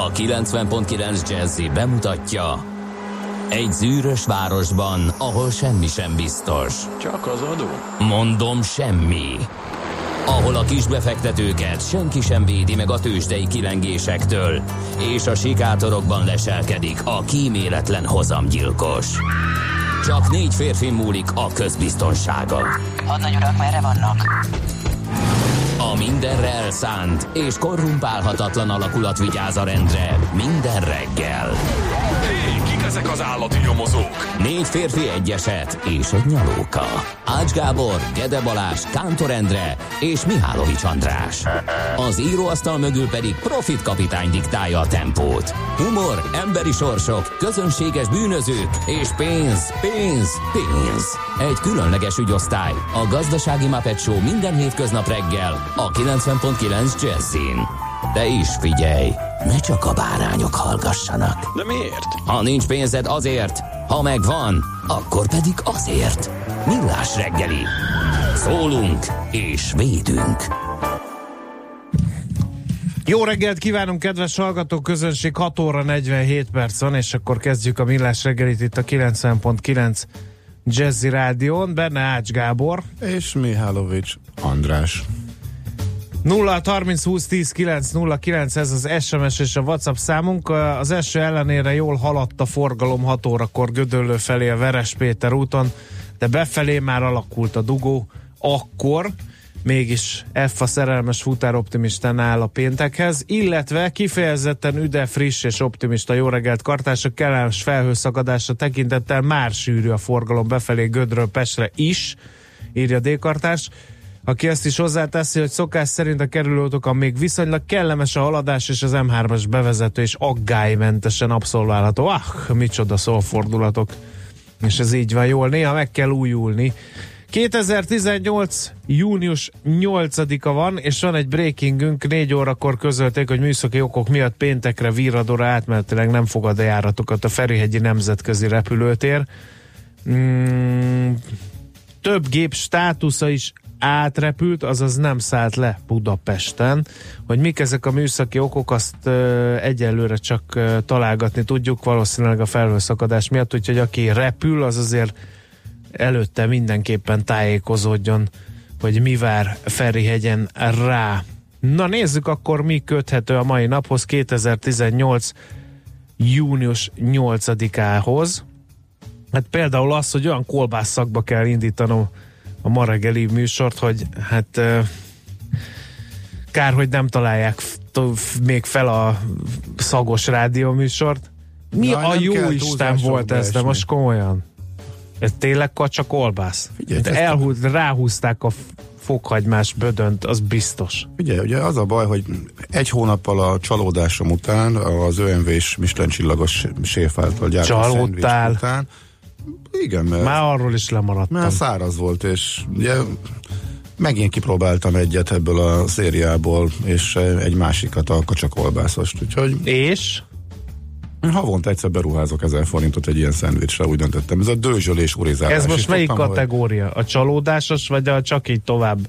A 90.9 Jazzy bemutatja: egy zűrös városban, ahol semmi sem biztos. Csak az adó? Mondom, semmi. Ahol a kisbefektetőket senki sem védi meg a tőzsdei kilengésektől, és a sikátorokban leselkedik a kíméletlen hozamgyilkos. Csak 4 férfi múlik a közbiztonsága. Hadnagy urak, merre vannak? A mindenre elszánt és korrumpálhatatlan alakulat vigyáz a rendre minden reggel. Hé, kik ezek az állati nyomozók? 4 férfi, egy eset és egy nyalóka. Ács Gábor, Gede Balázs, Kántor Endre és Mihálovics András. Az íróasztal mögül pedig Profit kapitány diktálja a tempót. Humor, emberi sorsok, közönséges bűnözők és pénz, pénz, pénz. Egy különleges ügyosztály, a Gazdasági Muppet Show minden hétköznap reggel a 90.9 Jazzin. De is figyelj, ne csak a bárányok hallgassanak. De miért? Ha nincs pénzed, azért, ha megvan, akkor pedig azért. Millás reggeli. Szólunk és védünk. Jó reggelt kívánunk, kedves hallgatók, közönség, 6 óra 47 perc van, és akkor kezdjük a Millás reggelit itt a 90.9 Jazzy Rádión. Benne Ács Gábor és Mihálovics András. 0-30-20-10-9-09, ez az SMS és a WhatsApp számunk. Az eső ellenére jól haladt a forgalom 6 órakor Gödöllő felé a Veres Péter úton, de befelé már alakult a dugó. Akkor mégis F a szerelmes futár optimistán áll a péntekhez, illetve kifejezetten üde, friss és optimista jó reggelt kartások, kellemes felhőszakadásra tekintettel már sűrű a forgalom befelé Gödről Pestre is, írja D-kartás, aki ezt is hozzáteszi, hogy szokás szerint a kerülőutakon még viszonylag kellemes a haladás, és az M3-as bevezető is aggálymentesen abszolválható. Micsoda szófordulatok. És ez így van jól, néha meg kell újulni. 2018. június 8-a van, és van egy breakingünk, 4 órakor közölték, hogy műszaki okok miatt péntekre Virradóra átmenetileg nem fogad a járatokat a Ferihegyi Nemzetközi Repülőtér. Több gép státusza is átrepült, azaz nem szállt le Budapesten. Hogy mik ezek a műszaki okok, azt egyelőre csak találgatni tudjuk, valószínűleg a felhőszakadás miatt, úgyhogy aki repül, az azért előtte mindenképpen tájékozódjon, hogy mi vár Ferihegyen rá. Na nézzük akkor, mi köthető a mai naphoz, 2018. június 8-ához. Hát például az, hogy olyan kolbásszakba kell indítanom a ma reggeli műsort, hogy hát kár, hogy nem találják még fel a szagos rádióműsort. Mi a jó Isten volt ez, de most komolyan? Ez tényleg kacsa kolbász? Figyelj, ráhúzták a fokhagymás bödönt, az biztos. Ugye az a baj, hogy egy hónappal a csalódásom után, az ÖMV-s Michelin csillagos séf által gyártott szendvics után, igen, mert már arról is lemaradtam. Mert száraz volt, és ugye megint kipróbáltam egyet ebből a szériából, és egy másikat, a kacsakolbászost, úgyhogy... És? Havonta egyszer beruházok 1000 forintot egy ilyen szendvicsre, úgy döntöttem. Ez a dőzsölés, urizálás. Ez most melyik kategória? A csalódásos, vagy a csak így tovább?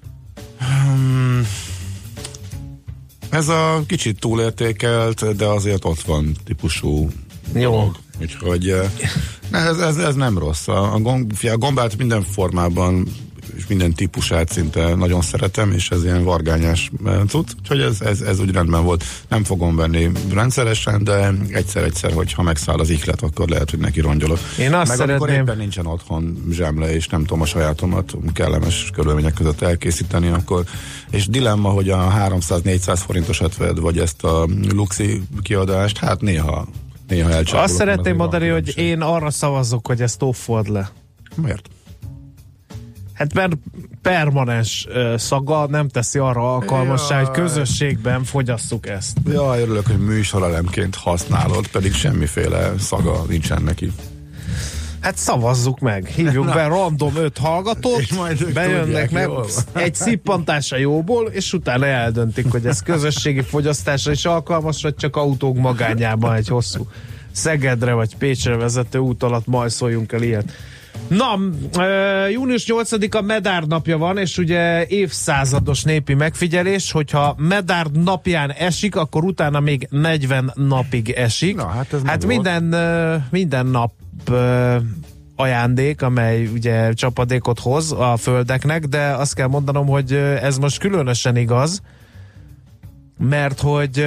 Ez a kicsit túlértékelt, de azért ott van típusú dolog. Úgyhogy ez nem rossz. A gombát minden formában és minden típusát szinte nagyon szeretem, és ez ilyen vargányás cucc, úgyhogy ez úgy rendben volt. Nem fogom venni rendszeresen, de egyszer-egyszer, hogyha megszáll az ihlet, akkor lehet, hogy neki rongyolok. Én azt szeretném... amikor éppen nincsen otthon zsemle, és nem tudom a sajátomat kellemes körülmények között elkészíteni, akkor, és dilemma, hogy a 300-400 forintosat vedd, vagy ezt a luxi kiadást, hát néha elcsábolok. Azt szeretném mondani, hogy én arra szavazok, hogy ezt offold le. Miért? Hát mert permanens szaga nem teszi arra alkalmassá, hogy közösségben fogyasszuk ezt. Ja, örülök, hogy műsorelemként használod, pedig semmiféle szaga nincsen neki. Hát szavazzuk meg, hívjuk be random 5 hallgatót, bejönnek meg egy szippantásra jóból, és utána eldöntik, hogy ez közösségi fogyasztásra is alkalmas, vagy csak autók magányában egy hosszú Szegedre vagy Pécsre vezető út alatt majd szóljunk el ilyet. Na, június 8-a Medárd napja van, és ugye évszázados népi megfigyelés, hogyha Medárd napján esik, akkor utána még 40 napig esik. Na, hát minden nap ajándék, amely ugye csapadékot hoz a földeknek, de azt kell mondanom, hogy ez most különösen igaz, mert hogy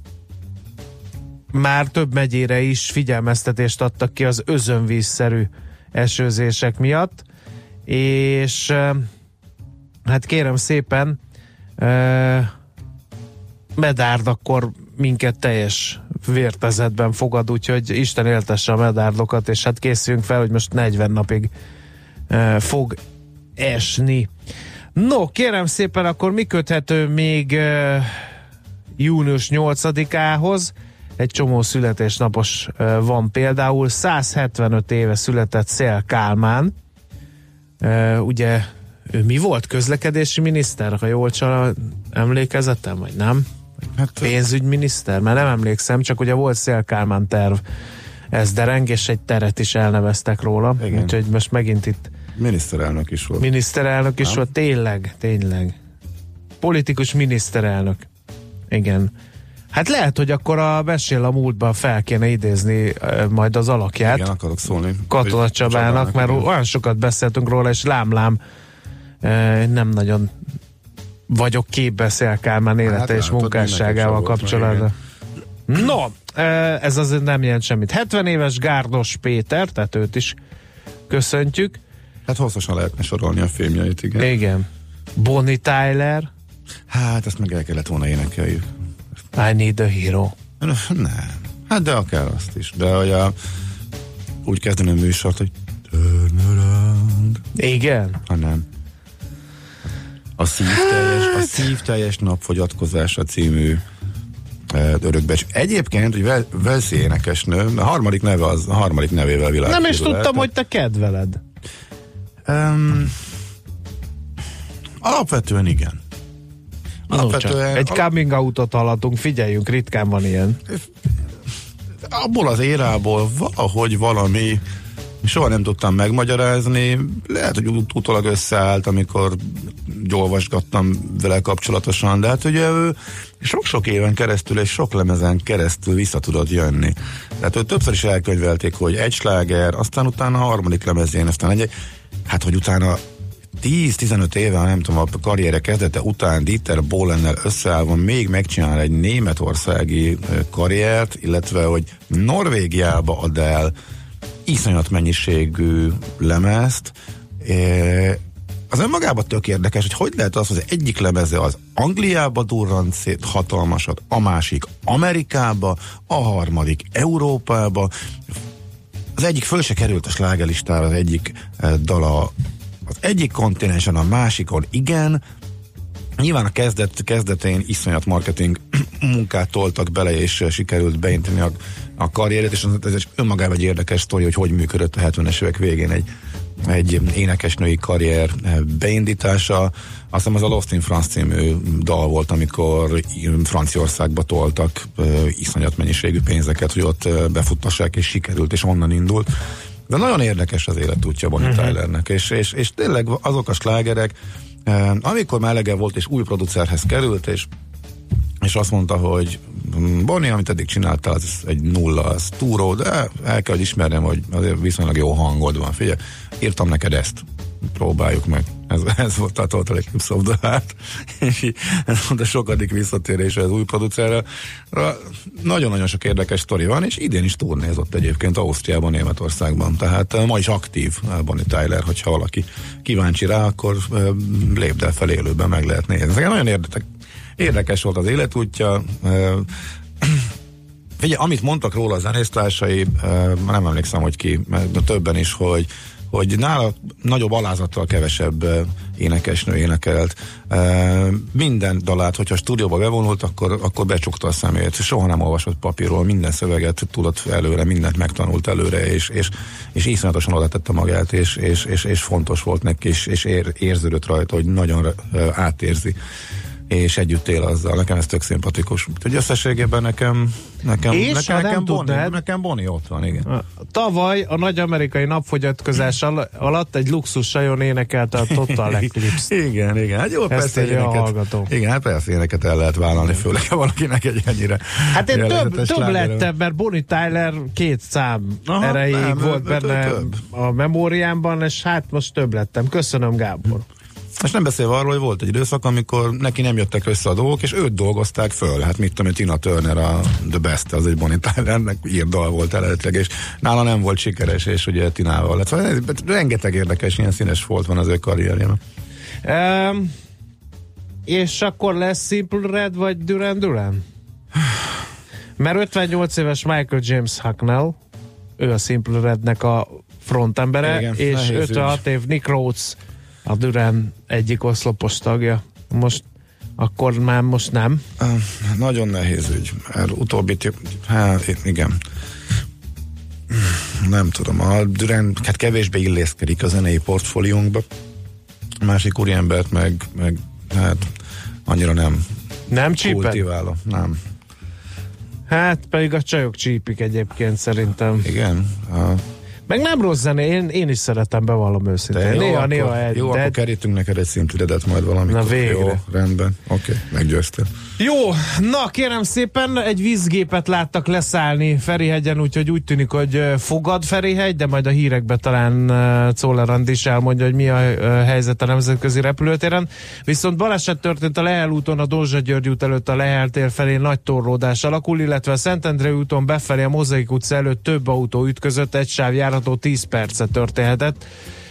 már több megyére is figyelmeztetést adtak ki az özönvízszerű esőzések miatt, és hát kérem szépen, Medárd akkor minket teljes vértezetben fogad, úgyhogy Isten éltesse a medárdokat, és hát készüljünk fel, hogy most 40 napig fog esni. No, kérem szépen, akkor mi köthető még június 8-ához? Egy csomó születésnapos van például. 175 éve született Széll Kálmán. Ugye ő mi volt? Közlekedési miniszter? Ha jól emlékezetem, vagy nem? Hát, pénzügyminiszter? Mert nem emlékszem, csak ugye volt Széll Kálmán terv. Ez dereng, és egy teret is elneveztek róla. Igen. Úgyhogy most megint itt miniszterelnök is volt. Miniszterelnök is volt, tényleg. Politikus miniszterelnök. Igen. Hát lehet, hogy akkor a Mesél a múltban fel kéne idézni majd az alakját. Igen, akarok szólni. Katona Csabának, mert olyan sokat beszéltünk róla, és lám, nem nagyon vagyok képbe Széll Kálmán élete és munkásságával kapcsolatban. No, ez azért nem jelent semmit. 70 éves Gárdos Péter, tehát őt is köszöntjük. Hát hosszasan lehetne sorolni a filmjeit, igen. Igen. Bonnie Tyler. Hát ezt meg el kellett volna énekeljük. I need a hero. Nem. Hát de akár azt is. De hogy úgy kezdeném műsort, hogy turn around. Igen? Nem. A szívteljes napfogyatkozása című örökbecs. Egyébként, hogy Velszi énekesnő, a harmadik nevével világhírű. Nem is tudtam, hogy te kedveled. Alapvetően igen. Egy coming out-ot hallatunk, figyeljünk, ritkán van ilyen. Abból az érából valahogy valami soha nem tudtam megmagyarázni, lehet, hogy utólag összeállt, amikor olvasgattam vele kapcsolatosan, de hát ugye ő sok-sok éven keresztül és sok lemezen keresztül vissza tudott jönni. Tehát ő többször is elkönyvelték, hogy egy sláger, aztán utána a harmadik lemezén, aztán hát hogy utána 10-15 éve, nem tudom, a karriere kezdete után Dieter Bohlennel összeállva még megcsinál egy németországi karriert, illetve hogy Norvégiába ad el iszonyat mennyiségű lemezt. Az önmagában tök érdekes, hogy lehet az, hogy az egyik lemeze az Angliába durrant szét hatalmasat, a másik Amerikába, a harmadik Európába. Az egyik föl se került a slágerlistára, az egyik dala az egyik kontinensen, a másikon igen. Nyilván a kezdetén iszonyat marketing munkát toltak bele, és sikerült beinteni a karrierét, és ez önmagában egy érdekes sztori, hogy működött a 70-es évek végén egy énekesnői karrier beindítása. Azt hiszem az a Lost in France című dal volt, amikor Franciaországba toltak iszonyat mennyiségű pénzeket, hogy ott befuttassák, és sikerült, és onnan indult. De nagyon érdekes az életútja Bonnie Tylernek, és tényleg azok a slágerek, amikor már elege volt, és új producerhez került, és azt mondta, hogy Bonnie, amit eddig csináltál, az egy nulla, az túró, de el kell, hogy ismernem, hogy azért viszonylag jó hangod van. Figyelj, írtam neked ezt, próbáljuk meg. Ez volt a Total Eclipse of the Heart, és ez volt a sokadik visszatérése az új producerrel. Nagyon-nagyon sok érdekes sztori van, és idén is turnézott egyébként Ausztriában, Németországban. Tehát ma is aktív Bonnie Tyler, hogyha valaki kíváncsi rá, akkor lépd el fel élőben, meg lehet nézni. Ez nagyon érdekes volt az életútja. Figyelj, amit mondtak róla a zenésztársai, nem emlékszem, hogy ki, mert többen is, hogy nála nagyobb alázattal kevesebb énekesnő énekelt. Minden dalát, hogyha a stúdióba bevonult, akkor becsukta a szemét. Soha nem olvasott papírról, minden szöveget tudott előre, mindent megtanult előre, és iszonyatosan oda tette magát, és fontos volt neki, és érződött rajta, hogy nagyon átérzi és együtt él azzal. Nekem ez tök szimpatikus. Úgyhogy összességében nekem Boni ott van, igen. Tavaly a nagy amerikai napfogyatkozás alatt egy luxus sajon énekelte a Total Eclipse. Igen. Hát jó, persze igen, hát persze éneket el lehet vállalni, főleg valakinek egy ennyire. Hát én több lettem, mert Bonnie Tyler 2 szám erejéig volt benne a memóriámban, és hát most több lettem. Köszönöm, Gábor. És nem beszélve arról, hogy volt egy időszak, amikor neki nem jöttek össze a dolgok, és őt dolgozták föl. Hát mit tudom, Tina Turner a The Best, az egy Bonnie Tylernek írt dal volt eredetileg, és nála nem volt sikeres, és ugye Tinával lett. Szóval rengeteg érdekes, ilyen színes volt van az ő karrierjében. És akkor lesz Simple Red vagy Duran Duran? Mert 58 éves Michael James Hucknall, ő a Simple Rednek a frontembere, igen, és 56 év Nick Rhodes, a Duran egyik oszlopos tagja. Most nem. Nagyon nehéz ügy. Utóbbi igen. Nem tudom, a Duran hát kevésbé illészkedik a zenei portfóliónkba. A másik úriembert meg hát annyira nem kultiváló. Nem. Hát pedig a csajok csípik egyébként szerintem. Igen. Meg nem rossz zene, én is szeretem, bevallom őszintén. Jó, akkor kerítünk neked egy szintüredet majd valamikor. Na végre. Jó, rendben. Oké, meggyőztél. Jó, na kérem szépen, egy vízgépet láttak leszállni Ferihegyen, úgyhogy úgy tűnik, hogy fogad Ferihegy, de majd a hírekben talán Czoller Andi is elmondja, hogy mi a helyzet a nemzetközi repülőtéren. Viszont baleset történt a Lehel úton, a Dózsa-György út előtt a Lehel tér felé nagy torlódás alakul, illetve a Szentendrei úton befelé a Mozaik utca előtt több autó ütközött, egy sáv járható 10 percet történhetett.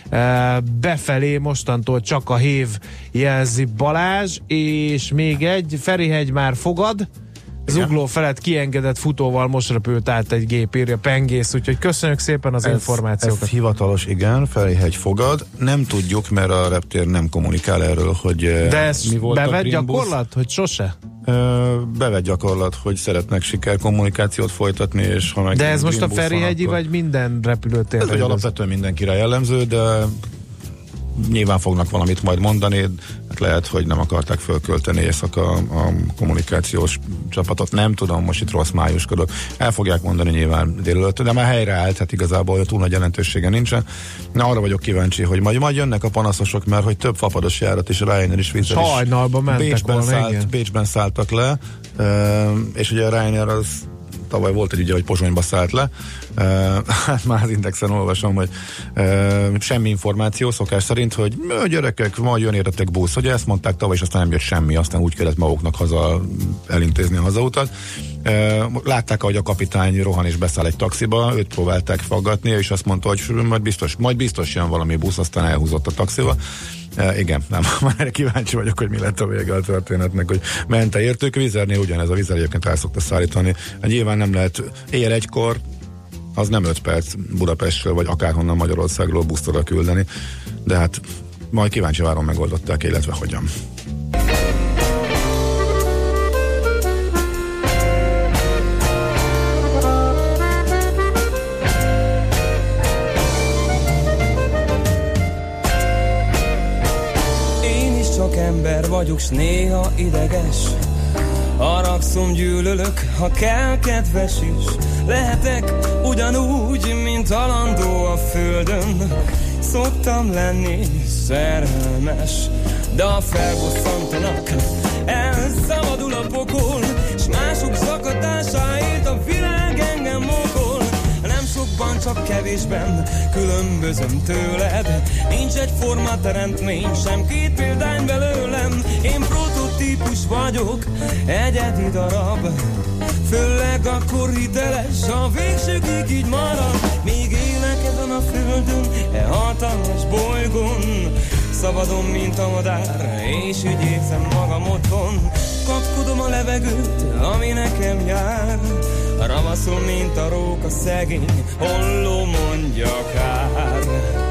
Befelé mostantól csak a hév, jelzi Balázs, és még egy, Ferihegy már fogad, Zugló felett kiengedett futóval most repült át egy gép, írja Pengész, úgyhogy köszönjük szépen az információkat. Ez hivatalos, igen, Ferihegy fogad. Nem tudjuk, mert a reptér nem kommunikál erről, hogy de ez mi volt bevett gyakorlat, hogy sose? Bevett gyakorlat, hogy szeretnek sikerkommunikációt folytatni, és ha meg de ez most a Ferihegyi vagy minden repülőtér? Ez alapvetően mindenkire jellemző, de nyilván fognak valamit majd mondani, hát lehet, hogy nem akarták fölkölteni éjszaka a kommunikációs csapatot, nem tudom, most itt rossz májuskodok. El fogják mondani nyilván délelőtt, de már helyreállt, hát igazából túl nagy jelentősége nincsen. Na, arra vagyok kíváncsi, hogy majd jönnek a panaszosok, mert hogy több fapados járat is Ryanair is vízzel is. Hajnalba mentek volna, Bécsben szálltak le, és ugye a Ryanair az tavaly volt egy ügye, hogy Pozsonyba szállt le. Hát már az Indexen olvasom, hogy semmi információ szokás szerint, hogy gyerekek, majd jön értetek busz, hogy ezt mondták tavaly, és aztán nem jött semmi, aztán úgy kellett maguknak haza elintézni a hazautat. Látták, ahogy a kapitány rohan és beszáll egy taxiba, őt próbálták faggatni, és azt mondta, hogy majd biztos jön valami busz, aztán elhúzott a taxiba. Igen, nem, már erre kíváncsi vagyok, hogy mi lett a vége a történetnek, hogy ment-e értők. Vizernél ugyanez, a Vizer egyébként el szokta szállítani. Nyilván nem lehet éjjel 1-kor, az nem 5 perc Budapestről, vagy akárhonnan Magyarországról buszt oda küldeni, de hát majd kíváncsi várom, megoldották, illetve hogyan. Ember vagyok, s néha ideges, haragszom, gyűlölök, ha kell, kedves is. Lehetek ugyanúgy, mint halandó a földön. Szoktam lenni szerelmes, de ha felbosszantanak, elszabadul a pokol, s mások szakadásáért a világ engem mokol. Nem sokban, csak kevésben különbözöm tőled. Nincs egyforma teremtmény, sem két példány belőlem. Én prototípus vagyok, egyedi darab. Főleg akkor hiteles, a végsőkig így marad. Még élek ezen a földön, e hatalmas bolygón. Szabadon, mint a madár, és ügyészem magam otthon. Kapkodom a levegőt, ami nekem jár. Ravaszol, mint a róka szegény, holló mondja kár.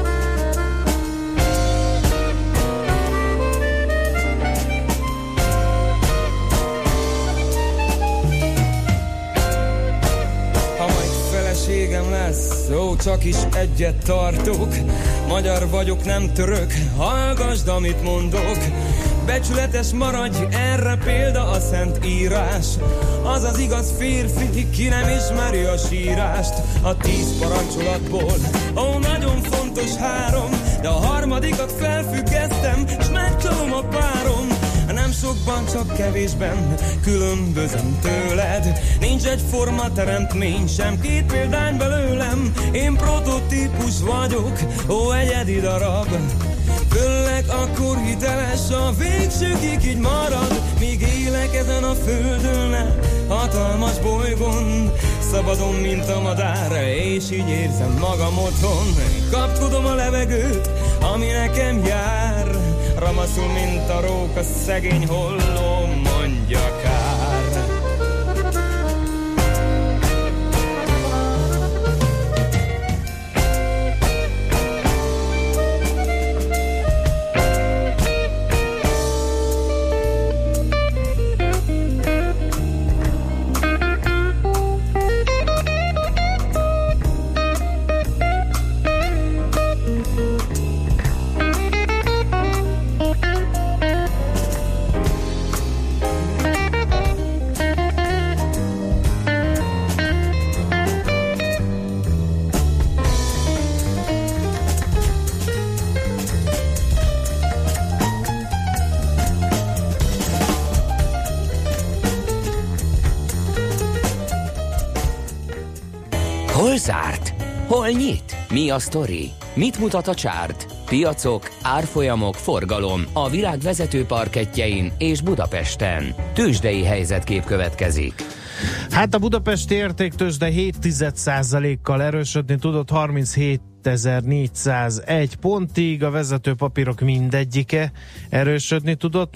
Ha majd feleségem lesz, ó, csak is egyet tartok. Magyar vagyok, nem török, hallgasd, amit mondok. becsületes maradj, erre példa a szent írás. Az az igaz férfi, ki nem ismeri a sírást. A 10 parancsolatból, nagyon fontos 3, de a harmadikat felfüggesztem, s megcsalom a párom. Nem sokban, csak kevésben különbözöm tőled. Nincs egyforma teremtmény, sem 2 példány belőlem. Én prototípus vagyok, egyedi darab. Főleg akkor hiteles, a végsőkig így marad. Míg élek ezen a földön, hatalmas bolygón, szabadon, mint a madár, és így érzem magam otthon. Kapkodom a levegőt, ami nekem jár, ramaszul, mint a róka, szegény holló, mondja kár. Hol zárt? Hol nyit? Mi a sztori? Mit mutat a csárt? Piacok, árfolyamok, forgalom a világ vezető parkettjein és Budapesten. Tőzsdei helyzetkép következik. Hát a budapesti értéktőzsde 0,7%-kal erősödni tudott 37.401 pontig, a vezető papírok mindegyike erősödni tudott,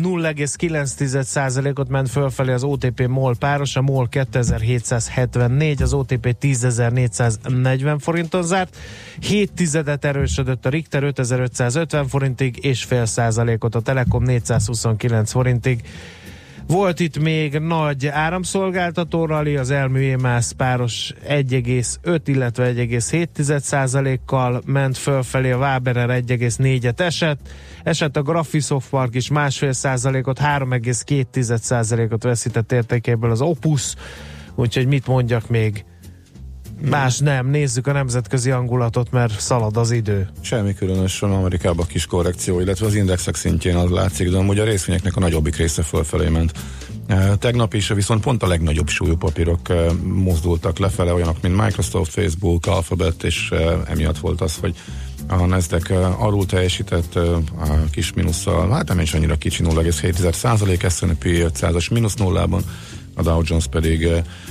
0,9%-ot ment fölfelé az OTP MOL páros, a MOL 2774, az OTP 10.440 forinton zárt, 0,7 erősödött a Richter 5550 forintig, és fél százalékot a Telekom 429 forintig. Volt itt még nagy áramszolgáltató rali, az Elmű EMAS páros 1,5, illetve 1,7%-kal ment fölfelé, a Waberer 1,4-et esett a Graphisoft Park is 1,5%-ot, 3,2%-ot veszített értékéből az Opus, úgyhogy mit mondjak még? Más nem, nézzük a nemzetközi hangulatot, mert szalad az idő. Semmi különösen, Amerikában kis korrekció, illetve az indexek szintjén az látszik, de amúgy a részvényeknek a nagyobbik része fölfelé ment. Tegnap is viszont pont a legnagyobb súlyú papírok mozdultak lefele, olyanok, mint Microsoft, Facebook, Alphabet, és emiatt volt az, hogy a Nasdaq alul teljesített a kis mínusszal, hát nem is annyira kicsi, 0,7%, S&P 500-as mínusz nullában, a Dow Jones pedig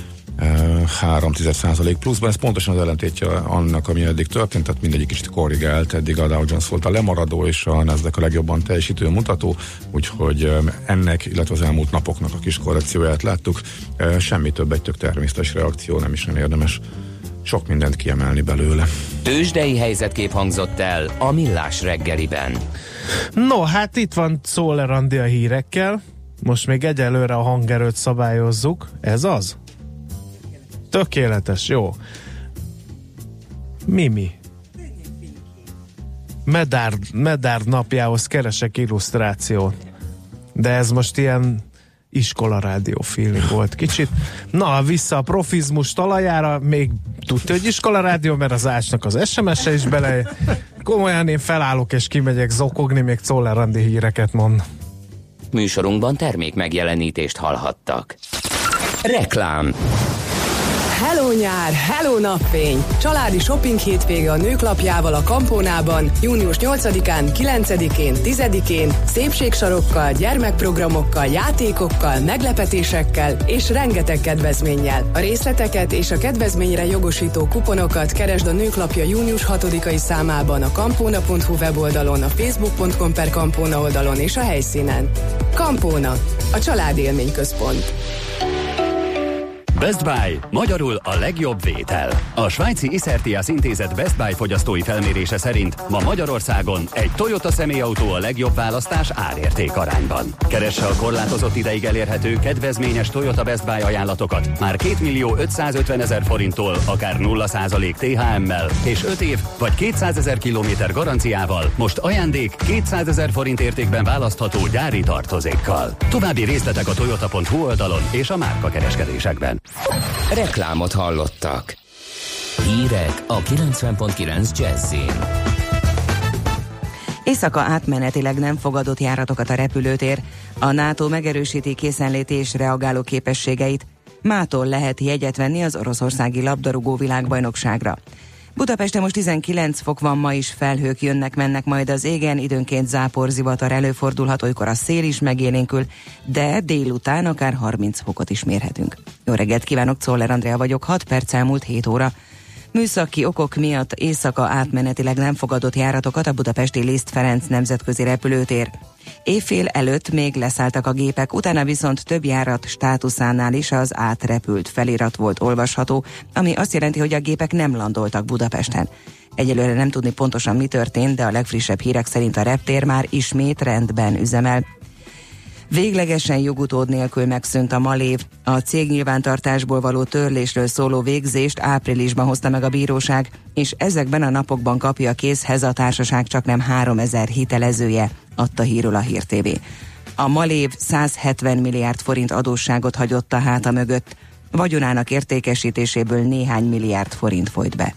3% pluszban, ez pontosan az ellentétje annak, ami eddig történt, tehát mindegyik kicsit korrigált, eddig a Dow Jones volt a lemaradó, és a Nasdaq a legjobban teljesítő mutató, úgyhogy ennek, illetve az elmúlt napoknak a kis korrekcióját láttuk, semmi több, egy tök természetes reakció, nem is nem érdemes sok mindent kiemelni belőle. Tőzsdei helyzetkép hangzott el a Millás reggeliben. No, hát itt van Czoller Andi a hírekkel, most még egyelőre a hangerőt szabályozzuk, ez az? Tökéletes, jó. Mi? Medár napjához keresek illusztrációt. De ez most ilyen iskola rádió feeling volt kicsit. Na, vissza a profizmus talajára, még tudja, hogy iskola rádió, mert az Ácsnak az SMS-e is bele. Komolyan én felállok és kimegyek zokogni, még Czoller Andi híreket mond. Műsorunkban termék megjelenítést hallhattak. Reklám. Hello nyár, hello napfény! Családi shopping hétvége a Nők Lapjával a Kampónában június 8-án, 9-én, 10-én szépségsarokkal, gyermekprogramokkal, játékokkal, meglepetésekkel és rengeteg kedvezménnyel. A részleteket és a kedvezményre jogosító kuponokat keresd a Nők Lapja június 6-ai számában, a kampona.hu weboldalon, a facebook.com/Kampóna oldalon és a helyszínen. Kampóna, a családélményközpont. Best Buy, magyarul a legjobb vétel. A svájci Iszertias intézet Best Buy fogyasztói felmérése szerint ma Magyarországon egy Toyota személyautó a legjobb választás ár-érték arányban. Keresse a korlátozott ideig elérhető kedvezményes Toyota Best Buy ajánlatokat már 2.550.000 forinttól, akár 0% THM-mel és 5 év vagy 200.000 kilométer garanciával, most ajándék 200.000 forint értékben választható gyári tartozékkal. További részletek a toyota.hu oldalon és a márkakereskedésekben. Reklámot hallottak. Hírek a 90.9 Jazzin. Éjszaka átmenetileg nem fogadott járatokat a repülőtér. A NATO megerősíti készenléti és reagáló képességeit. Mától lehet jegyet venni az oroszországi labdarúgó világbajnokságra. Budapesten most 19 fok van, ma is felhők jönnek-mennek majd az égen, időnként záporzivatar előfordulhat, olykor a szél is megélénkül, de délután akár 30 fokot is mérhetünk. Jó reggelt kívánok, Czoller Andrea vagyok, 6 perc elmúlt 7 óra. Műszaki okok miatt éjszaka átmenetileg nem fogadott járatokat a budapesti Liszt Ferenc nemzetközi repülőtér. Éjfél előtt még leszálltak a gépek, utána viszont több járat státuszánál is az átrepült felirat volt olvasható, ami azt jelenti, hogy a gépek nem landoltak Budapesten. Egyelőre nem tudni pontosan mi történt, de a legfrissebb hírek szerint a reptér már ismét rendben üzemel. Véglegesen jogutód nélkül megszűnt a malév. A cégnyilvántartásból való törlésről szóló végzést áprilisban hozta meg a bíróság, és ezekben a napokban kapja kézhez a társaság csaknem 3000 hitelezője, adta hírül a Hír TV. A malév 170 milliárd forint adósságot hagyott a háta mögött, vagyonának értékesítéséből néhány milliárd forint folyt be.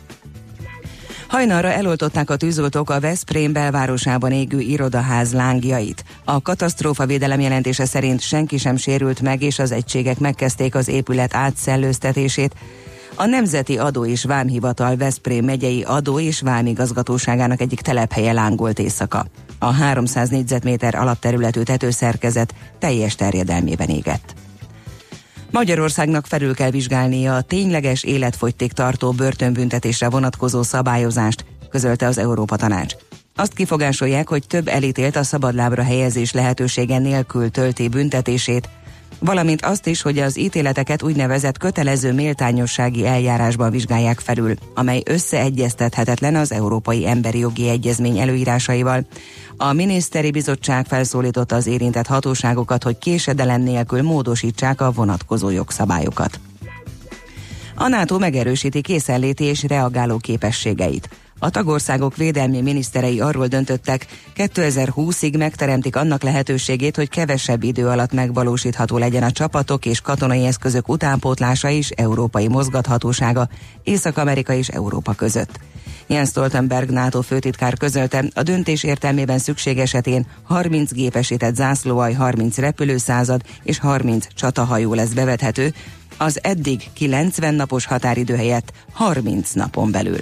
Hajnalra eloltották a tűzoltók a Veszprém belvárosában égő irodaház lángjait. A katasztrófavédelem jelentése szerint senki sem sérült meg, és az egységek megkezdték az épület átszellőztetését. A Nemzeti Adó és Vámhivatal Veszprém megyei adó- és vámigazgatóságának egyik telephelye lángolt éjszaka. A 300 négyzetméter alapterületű tetőszerkezet teljes terjedelmében égett. Magyarországnak felül kell vizsgálnia a tényleges életfogytig tartó börtönbüntetésre vonatkozó szabályozást, közölte az Európa Tanács. Azt kifogásolják, hogy több elítélt a szabadlábra helyezés lehetősége nélkül tölti büntetését, valamint azt is, hogy az ítéleteket úgynevezett kötelező méltányossági eljárásban vizsgálják felül, amely összeegyeztethetetlen az Európai Emberi Jogi Egyezmény előírásaival. A miniszteri bizottság felszólította az érintett hatóságokat, hogy késedelem nélkül módosítsák a vonatkozó jogszabályokat. A NATO megerősíti készenléti és reagáló képességeit. A tagországok védelmi miniszterei arról döntöttek, 2020-ig megteremtik annak lehetőségét, hogy kevesebb idő alatt megvalósítható legyen a csapatok és katonai eszközök utánpótlása és európai mozgathatósága Észak-Amerika és Európa között. Jens Stoltenberg NATO főtitkár közölte, a döntés értelmében szükség esetén 30 gépesített zászlóalj, 30 repülőszázad és 30 csatahajó lesz bevethető, az eddig 90 napos határidő helyett 30 napon belül.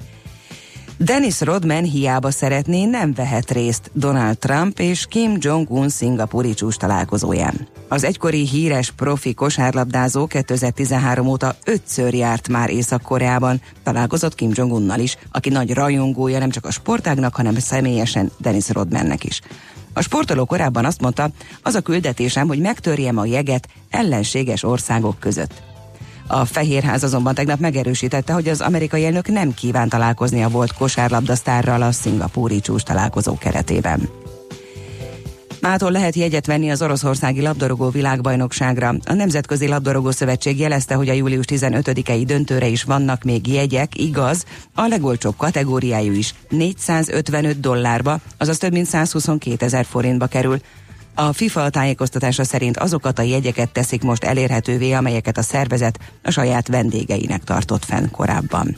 Dennis Rodman hiába szeretné, nem vehet részt Donald Trump és Kim Jong-un szingapúri csúcs találkozóján. Az egykori híres profi kosárlabdázó 2013 óta 5-ször járt már Észak-Koreában, találkozott Kim Jong-unnal is, aki nagy rajongója nem csak a sportágnak, hanem személyesen Dennis Rodmannek is. A sportoló korábban azt mondta, az a küldetésem, hogy megtörjem a jeget ellenséges országok között. A Fehérház azonban tegnap megerősítette, hogy az amerikai elnök nem kíván találkozni a volt kosárlabdasztárral a szingapúri csúcs találkozó keretében. Mától lehet jegyet venni az oroszországi labdarúgó világbajnokságra. A Nemzetközi Labdarúgó Szövetség jelezte, hogy a július 15-i döntőre is vannak még jegyek, igaz, a legolcsóbb kategóriájú is $455, azaz több mint 122 000 forintba kerül. A FIFA tájékoztatása szerint azokat a jegyeket teszik most elérhetővé, amelyeket a szervezet a saját vendégeinek tartott fenn korábban.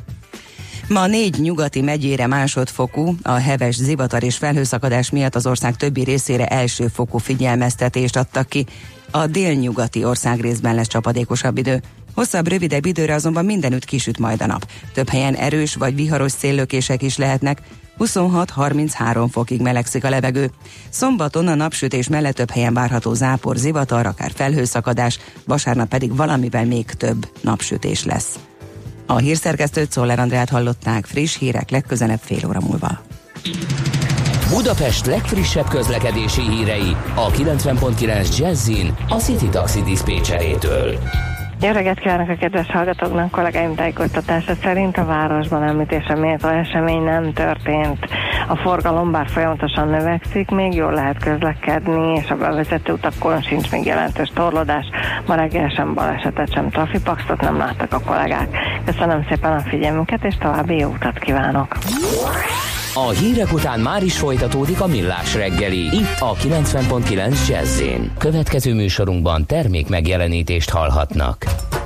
Ma 4 nyugati megyére másodfokú, a heves zivatar és felhőszakadás miatt az ország többi részére elsőfokú figyelmeztetést adtak ki. A délnyugati országrészben lesz csapadékosabb idő. Hosszabb, rövidebb időre azonban mindenütt kisüt majd a nap. Több helyen erős vagy viharos széllökések is lehetnek, 26-33 fokig melegszik a levegő. Szombaton a napsütés mellett több helyen várható zápor, zivatar, akár felhőszakadás, vasárnap pedig valamivel még több napsütés lesz. A hírszerkesztőt, Czoller Andreát hallották, friss hírek legközelebb fél óra múlva. Budapest legfrissebb közlekedési hírei a 90.9 Jazzin a City Taxi diszpécserétől. Jó reggelt kívánok a kedves hallgatóknak, kollégáim tájékoztatása szerint a városban említésre méltó esemény nem történt. A forgalom bár folyamatosan növekszik, még jól lehet közlekedni, és a bevezető utakon sincs még jelentős torlódás. Ma reggel sem balesetet, sem trafipaxot nem láttak a kollégák. Köszönöm szépen a figyelmünket, és további jó utat kívánok! A hírek után már is folytatódik a Millás reggeli, itt a 90.9 Jazz-in. Következő műsorunkban termék megjelenítést hallhatnak.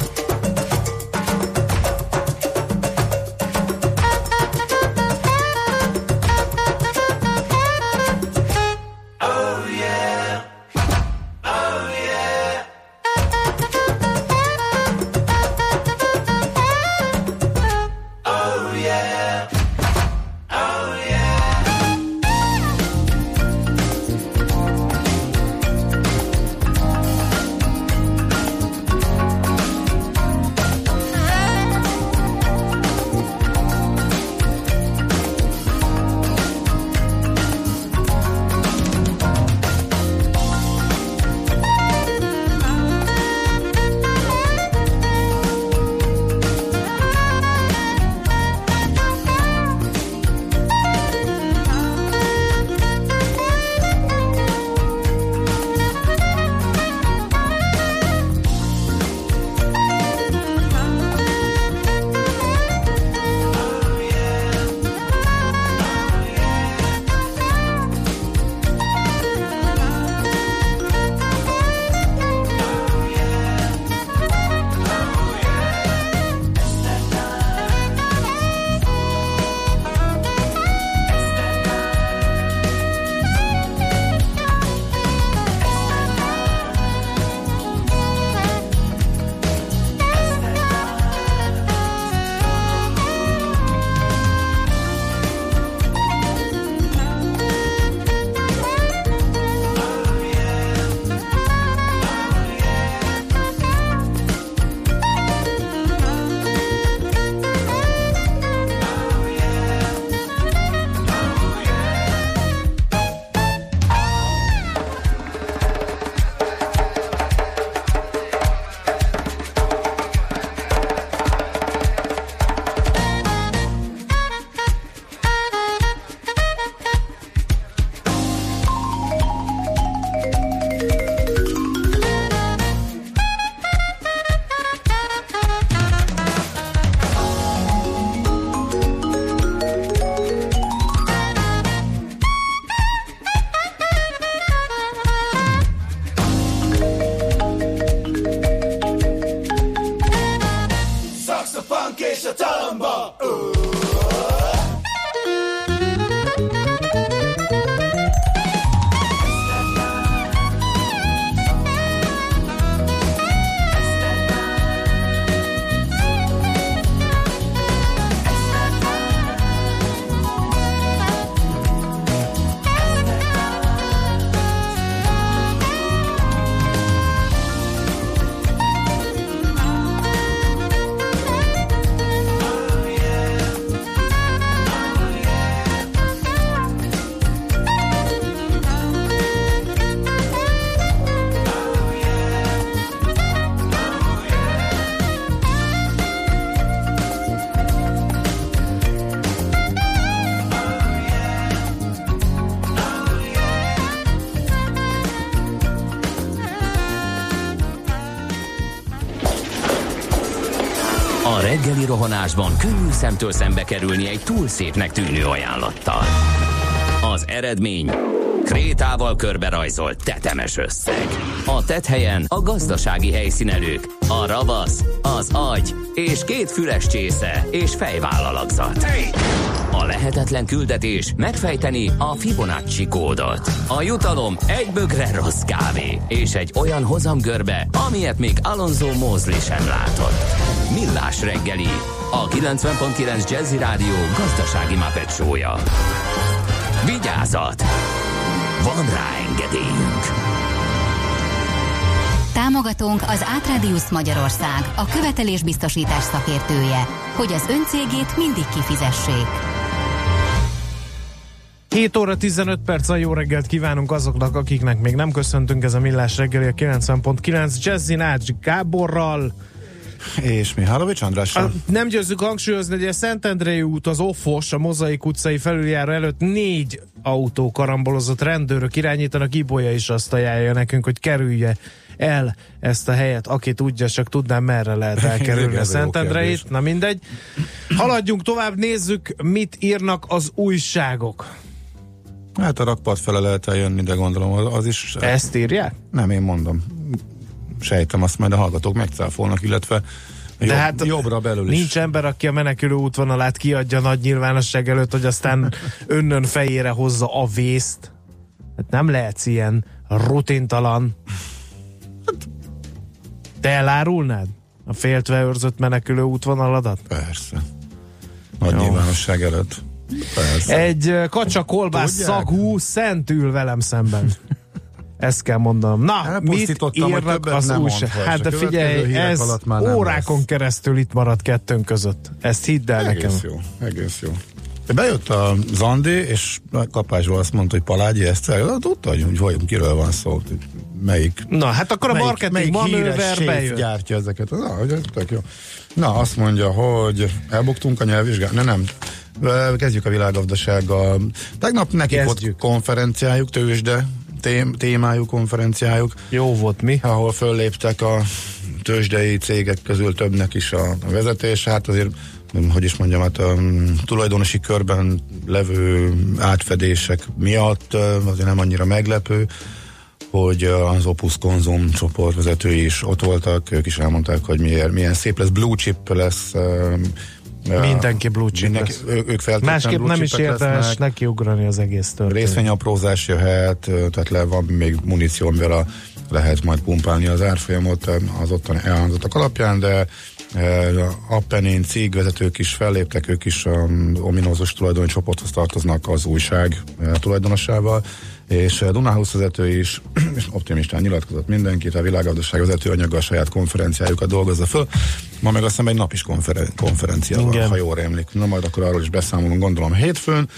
A reggeli rohanásban könnyű szemtől szembe kerülni egy túl szépnek tűnő ajánlattal. Az eredmény krétával körberajzolt tetemes összeg. A tetthelyen a gazdasági helyszínelők, a ravasz, az agy és 2 füles csésze és fejvállalakzat. A lehetetlen küldetés megfejteni a Fibonacci kódot. A jutalom egy bögre rossz kávé és egy olyan hozamgörbe, amilyet még Alonso Mosley sem látott. Millás reggeli, a 90.9 Jazzy Rádió gazdasági Muppet show-ja. Vigyázat! Van rá engedélyünk! Támogatónk az Átradius Magyarország, a követelésbiztosítás szakértője, hogy az öncégét mindig kifizessék. 7 óra 15 perc, a jó reggelt kívánunk azoknak, akiknek még nem köszöntünk, ez a Millás reggeli a 90.9 Jazzin Ács Gáborral, És Mihálovics Andrással. Nem győzzük hangsúlyozni, hogy a Szentendrei út, az Offos, a Mozaik utcai felüljáró előtt 4 autó karambolozott, rendőrök irányítanak, Ibolya is azt ajánlja nekünk, hogy kerülje el ezt a helyet, aki tudja, csak tudnám, merre lehet elkerülni a Szentendreit. Na mindegy. Haladjunk tovább, nézzük, mit írnak az újságok. Hát a rakpart fele lehet eljönni, de gondolom az is... Ezt írják? Nem, én mondom. Sejtem, azt majd a hallgatók megcáfolnak, illetve jobbra belül is. Nincs ember, aki a menekülő útvonalát kiadja nagy nyilvánosság előtt, hogy aztán önnön fejére hozza a vészt. Hát nem lehetsz ilyen rutintalan. Te elárulnád a féltve őrzött menekülő útvonaladat? Persze. Nagy nyilvánosság előtt. Persze. Egy kacsa kolbász szagú szent ül velem szemben. Ezt kell mondanom. Na, mit írnak az újság? Hát de figyelj, ez órákon keresztül itt maradt kettőnk között. Ezt hidd el nekem. Egész jó. Bejött a Zandi, és kapásból azt mondta, hogy Palágyi Eszter, tudta, hogy kiről van szó. Melyik? Na, hát akkor a marketing manőver bejött. Gyártja ezeket. Tök jó. Na, azt mondja, hogy elbuktunk a nyelvvizsgát. Nem. Kezdjük a világgazdasággal. Tegnap nekik volt konferenciájuk, tőzsde témájú konferenciájuk. Jó volt, mi? Ahol fölléptek a tőzsdei cégek közül többnek is a vezetés. Hát azért, hogy is mondjam, hát a tulajdonosi körben levő átfedések miatt azért nem annyira meglepő, hogy az Opus Konzum csoportvezetői is ott voltak, ők is elmondták, hogy milyen szép lesz, blue chip lesz. Mindenki blue chip lesz. Ők másképp nem is érdemes nekiugrani az egész történet. Részvényaprózás jöhet, tehát van még muníció, amivel lehet majd pumpálni az árfolyamot az ottani elhangzottak alapján, de Appenin cégvezetők is felléptek, ők is ominózus tulajdoni csoporthoz tartoznak az újság tulajdonosával, és Dunahouse vezető is optimistán nyilatkozott mindenki, a világgazdaság vezető anyaggal a saját konferenciájukat dolgozza föl. Ma meg azt hiszem egy nap is konferencia van, ha jól rémlik. Na majd akkor arról is beszámolunk, gondolom hétfőn.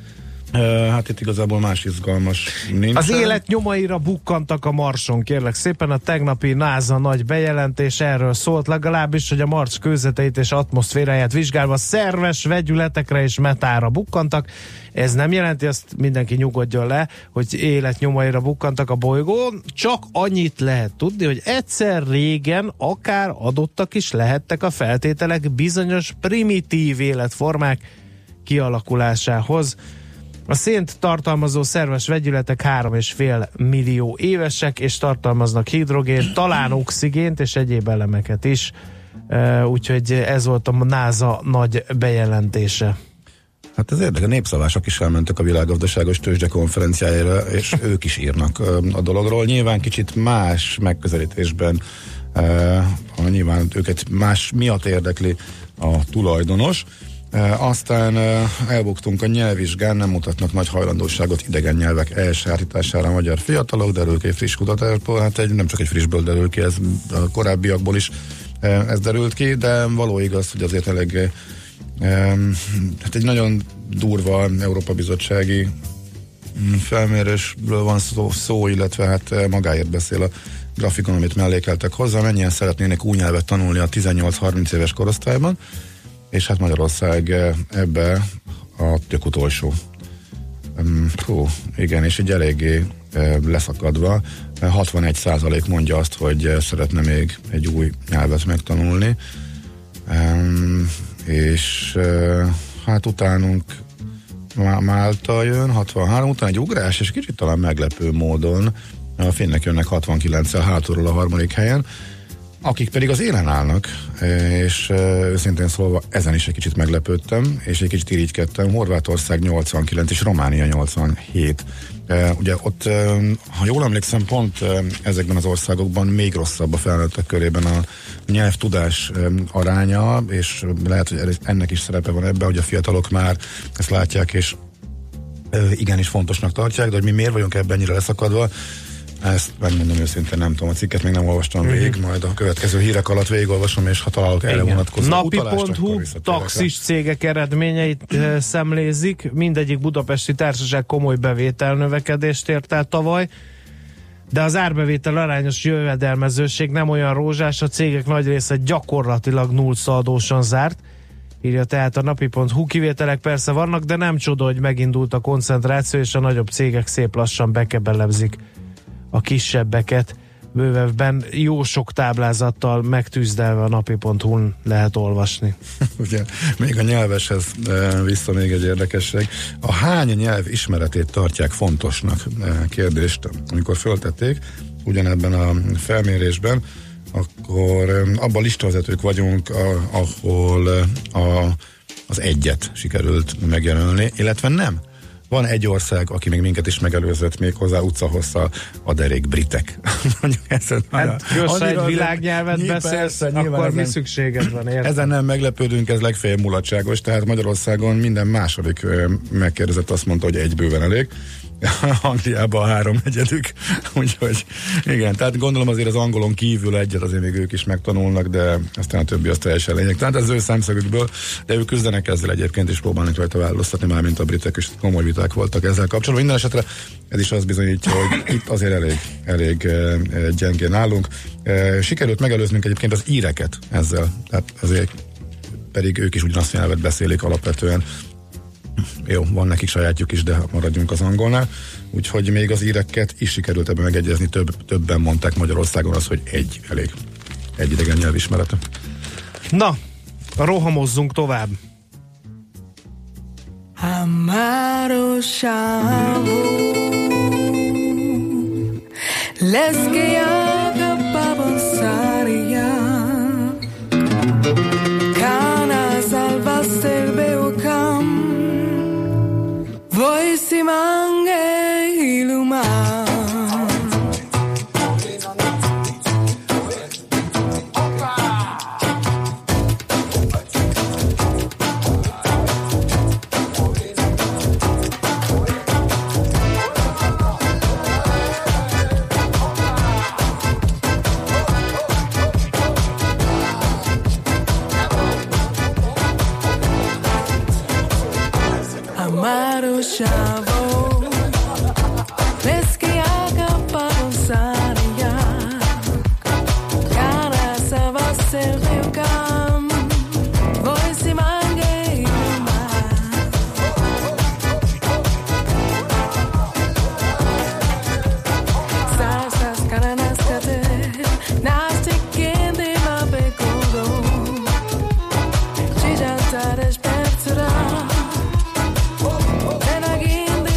Hát itt igazából más izgalmas nincs. Az élet nyomaira bukkantak a Marson, kérlek szépen. A tegnapi NASA nagy bejelentés erről szólt, legalábbis, hogy a Mars kőzeteit és atmoszféráját vizsgálva szerves vegyületekre és metára bukkantak. Ez nem jelenti, azt mindenki nyugodjon le, hogy élet nyomaira bukkantak a bolygón, csak annyit lehet tudni, hogy egyszer régen akár adottak is lehettek a feltételek bizonyos primitív életformák kialakulásához. A szént tartalmazó szerves vegyületek 3,5 millió évesek, és tartalmaznak hidrogént, talán oxigént és egyéb elemeket is. Úgyhogy ez volt a NASA nagy bejelentése. Hát ez érdekes, a népszavások is elmentek a világgazdaságos tőzsde konferenciájára, és ők is írnak a dologról. Nyilván kicsit más megközelítésben, nyilván őket más miatt érdekli a tulajdonos. Aztán elbuktunk a nyelvvizsgán, nem mutatnak nagy hajlandóságot idegen nyelvek elsajátítására a magyar fiatalok, derül ki egy friss kutatásból, hát nem csak egy frissből derül ki, ez a korábbiakból is ez derült ki, de való igaz, hogy azért elég hát egy nagyon durva Európa Bizottsági felmérésről van szó, illetve hát magáért beszél a grafikon, amit mellékeltek hozzá, mennyien szeretnének új nyelvet tanulni a 18-30 éves korosztályban, és hát Magyarország ebbe a tök utolsó. Igen, és így eléggé leszakadva. 61% mondja azt, hogy szeretne még egy új nyelvet megtanulni. És hát utánunk Málta jön, 63, után egy ugrás, és kicsit talán meglepő módon a finnek jönnek 69-el hátulról a harmadik helyen, akik pedig az élen állnak, és őszintén szólva ezen is egy kicsit meglepődtem, és egy kicsit irigykedtem. Horvátország 89 és Románia 87. Ugye ott, ha jól emlékszem, pont ezekben az országokban még rosszabb a felnőttek körében a nyelvtudás aránya, és lehet, hogy ennek is szerepe van ebben, hogy a fiatalok már ezt látják, és igenis fontosnak tartják, de hogy mi miért vagyunk ebben ennyire leszakadva, ezt megmondom őszintén, nem tudom, a cikket még nem olvastam végig, majd a következő hírek alatt végigolvasom, és ha találok erre vonatkozó Napi.hu taxis cégek eredményeit szemlézik, mindegyik budapesti társaság komoly bevételnövekedést ért el tavaly. de az árbevétel arányos jövedelmezőség nem olyan rózsás, a cégek nagy része gyakorlatilag nullszaldósan zárt, írja tehát a napi.hu. Kivételek persze vannak, de nem csoda, hogy megindult a koncentráció, és a nagyobb cégek szép lassan bekebelebzik a kisebbeket. Bővebben jó sok táblázattal megtűzdelve a napi.hu-n lehet olvasni. Ugye, még a nyelveshez vissza még egy érdekesség. A hány nyelv ismeretét tartják fontosnak kérdést, amikor föltették ugyanebben a felmérésben, akkor abban listavezetők vagyunk, ahol az egyet sikerült megjelölni, illetve nem. Van egy ország, aki még minket is megelőzött, még hozzá utcahosszal, a derék britek. Hát, ha egy világnyelvet beszélsz, akkor mi szükséged van, értem? Ezen nem meglepődünk, ez legfeljebb mulatságos, tehát Magyarországon minden második megkérdezett azt mondta, hogy egy bőven elég. Angliában 3/4, úgyhogy igen, tehát gondolom azért az angolon kívül egyet azért még ők is megtanulnak, de aztán a többi az teljesen lényeg. Tehát ez az ő szemszögükből, de ők küzdenek ezzel egyébként, és próbálnak rajta változtatni, már mint a britek, és komoly viták voltak ezzel kapcsolatban. Minden esetre ez is azt bizonyítja, hogy itt azért elég gyengén állunk. Sikerült megelőznünk egyébként az íreket ezzel, tehát azért pedig ők is ugyanazt nyelvet beszélik alapvetően. Jó, van nekik sajátjuk is, de maradjunk az angolnál. Úgyhogy még az íreket is sikerült ebben megegyezni. Többen mondták Magyarországon az, hogy egy idegen nyelvismerete. Na, rohamozzunk tovább. Amaro chavo les que haga pavosaria cana salvaste el beocam voi si mange ilumar Amaro chavo les que haga pavosaria cara se va a ser riocam voi si mange ilumar salsas cananas cate naste kende ma bekodo chijanta despertura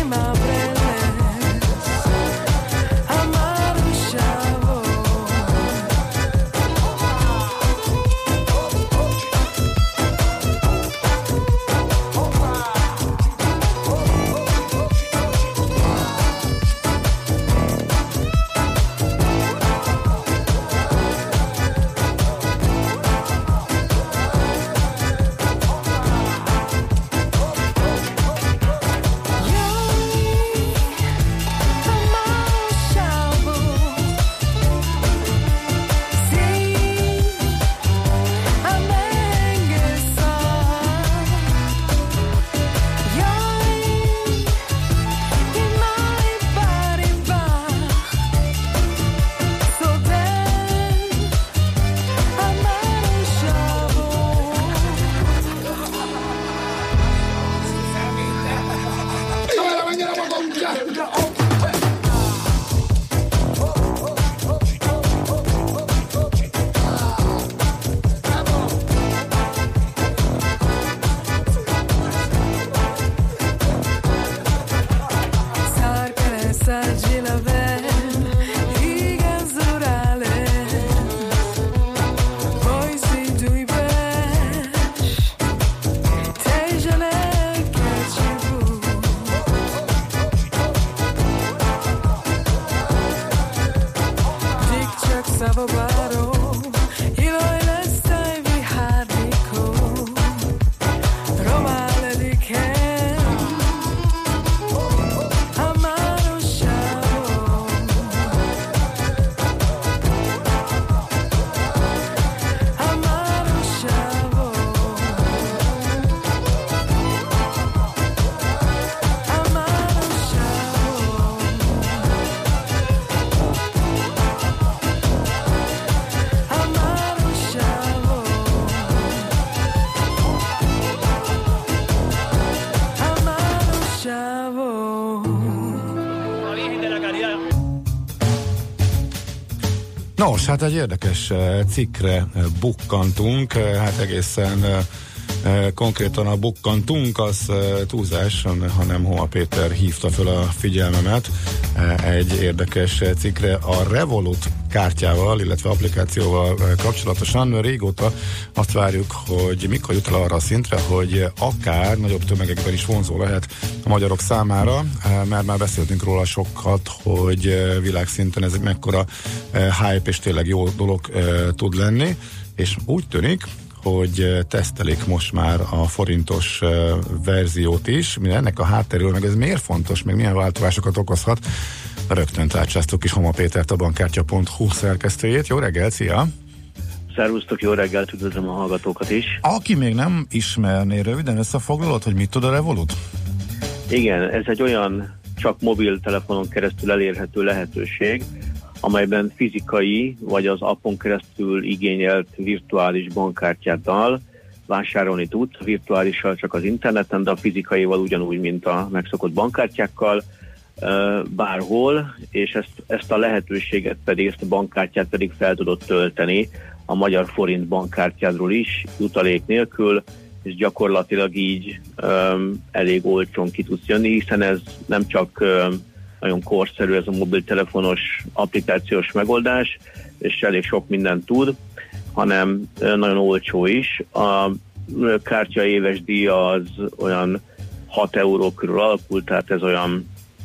Nos, hát egy érdekes cikkre bukkantunk, hát egészen konkrétan a bukkantunk, az túlzás, hanem Homa Péter hívta fel a figyelmemet egy érdekes cikkre a Revolut kártyával, illetve applikációval kapcsolatosan. Régóta azt várjuk, hogy mikor jut el arra a szintre, hogy akár nagyobb tömegekben is vonzó lehet a magyarok számára, mert már beszéltünk róla sokat, hogy világszinten ez egy mekkora hype és tényleg jó dolog tud lenni, és úgy tűnik, hogy tesztelik most már a forintos verziót is. Ennek a hátteréről, meg ez miért fontos, meg milyen változásokat okozhat, rögtön tárcsáztuk is Homa Pétert, a bankkártya.hu szerkesztőjét. Jó reggelt, szia! Szervusztok, jó reggelt, üdvözlöm a hallgatókat is. Aki még nem ismerné, röviden összefoglalod, hogy mit tud a Revolut? Igen, ez egy olyan csak mobiltelefonon keresztül elérhető lehetőség, amelyben fizikai vagy az appon keresztül igényelt virtuális bankkártyáddal vásárolni tudsz, a virtuálissal csak az interneten, de a fizikaival ugyanúgy, mint a megszokott bankkártyákkal bárhol, és ezt a lehetőséget pedig, ezt a bankkártyát pedig fel tudod tölteni a magyar forint bankkártyádról is, jutalék nélkül, és gyakorlatilag így elég olcsón ki tudsz jönni, hiszen ez nem csak nagyon korszerű ez a mobiltelefonos applikációs megoldás, és elég sok mindent tud, hanem nagyon olcsó is. A kártya éves díja az olyan 6 euró körül alakul, tehát ez olyan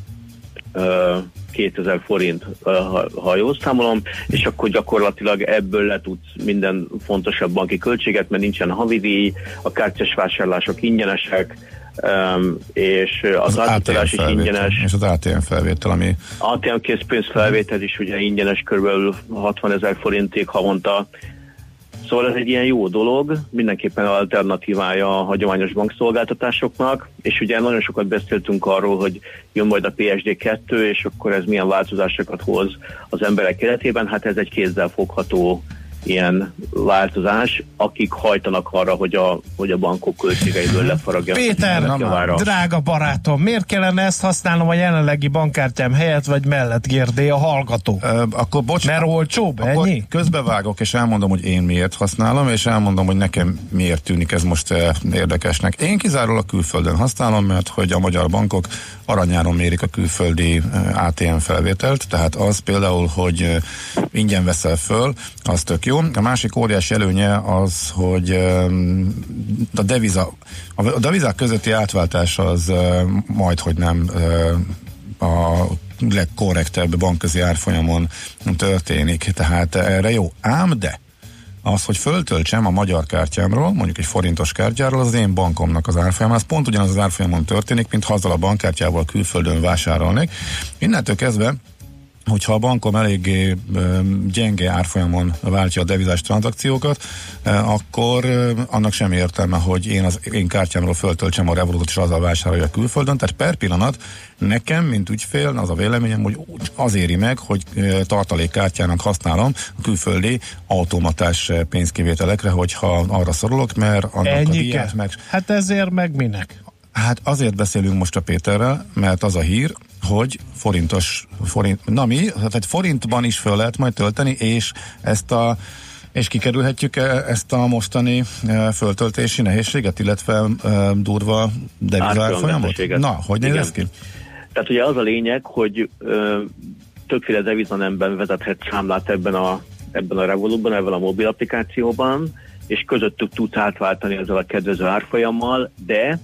2000 forint, ha jól számolom, és akkor gyakorlatilag ebből le tudsz minden fontosabb banki költséget, mert nincsen havidíj, a kártyás vásárlások ingyenesek, és az átadás is ingyenes. És az ATM felvétel, ami... ATM készpénzfelvétel is ugye ingyenes, körülbelül 60 000 forintig havonta. Szóval ez egy ilyen jó dolog, mindenképpen alternatívája a hagyományos bankszolgáltatásoknak, és ugye nagyon sokat beszéltünk arról, hogy jön majd a PSD2, és akkor ez milyen változásokat hoz az emberek életében. Hát ez egy kézzel fogható ilyen változás, akik hajtanak arra, hogy a bankok költségeiből lefaragja. Péter, drága barátom, miért kellene ezt használnom a jelenlegi bankkártyám helyett, vagy mellett, kérdé a hallgató? Akkor mert olcsóbb, ennyi? Közbevágok, és elmondom, hogy én miért használom, és elmondom, hogy nekem miért tűnik ez most érdekesnek. Én kizárólag külföldön használom, mert hogy a magyar bankok aranyáron mérik a külföldi ATM felvételt, tehát az például, hogy ingyen veszel föl, az tök jó. A másik óriási előnye az, hogy a devizák közötti átváltás az majdhogy nem a legkorrektebb bankközi árfolyamon történik, tehát erre jó. Ám de az, hogy föltöltsem a magyar kártyámról, mondjuk egy forintos kártyáról, az én bankomnak az árfolyama, az pont ugyanaz az árfolyamon történik, mint ha azzal a bankkártyával külföldön vásárolnék. Innentől kezdve, hogyha a bankom eléggé gyenge árfolyamon váltja a devizás tranzakciókat, akkor annak sem értelme, hogy én az én kártyámról föltöltsem a Revolutot, és azzal vásárolja külföldön. Tehát per pillanat nekem, mint ügyfél, az a véleményem, hogy az éri meg, hogy tartalékkártyának használom a külföldi automatás pénzkivételekre, hogyha arra szorulok, mert annak a díját meg... Hát ezért meg minek? Hát azért beszélünk most a Péterrel, mert az a hír, hogy tehát forintban is föl lehet majd tölteni, és kikerülhetjük ezt a mostani föltöltési nehézséget, illetve durva devizárfolyamot? Na, hogy néz ez ki? Tehát ugye az a lényeg, hogy többféle devizanemben vezethet számlát ebben a Revolutban, ebben a mobil applikációban, és közöttük tudsz átváltani ezzel a kedvező árfolyammal, de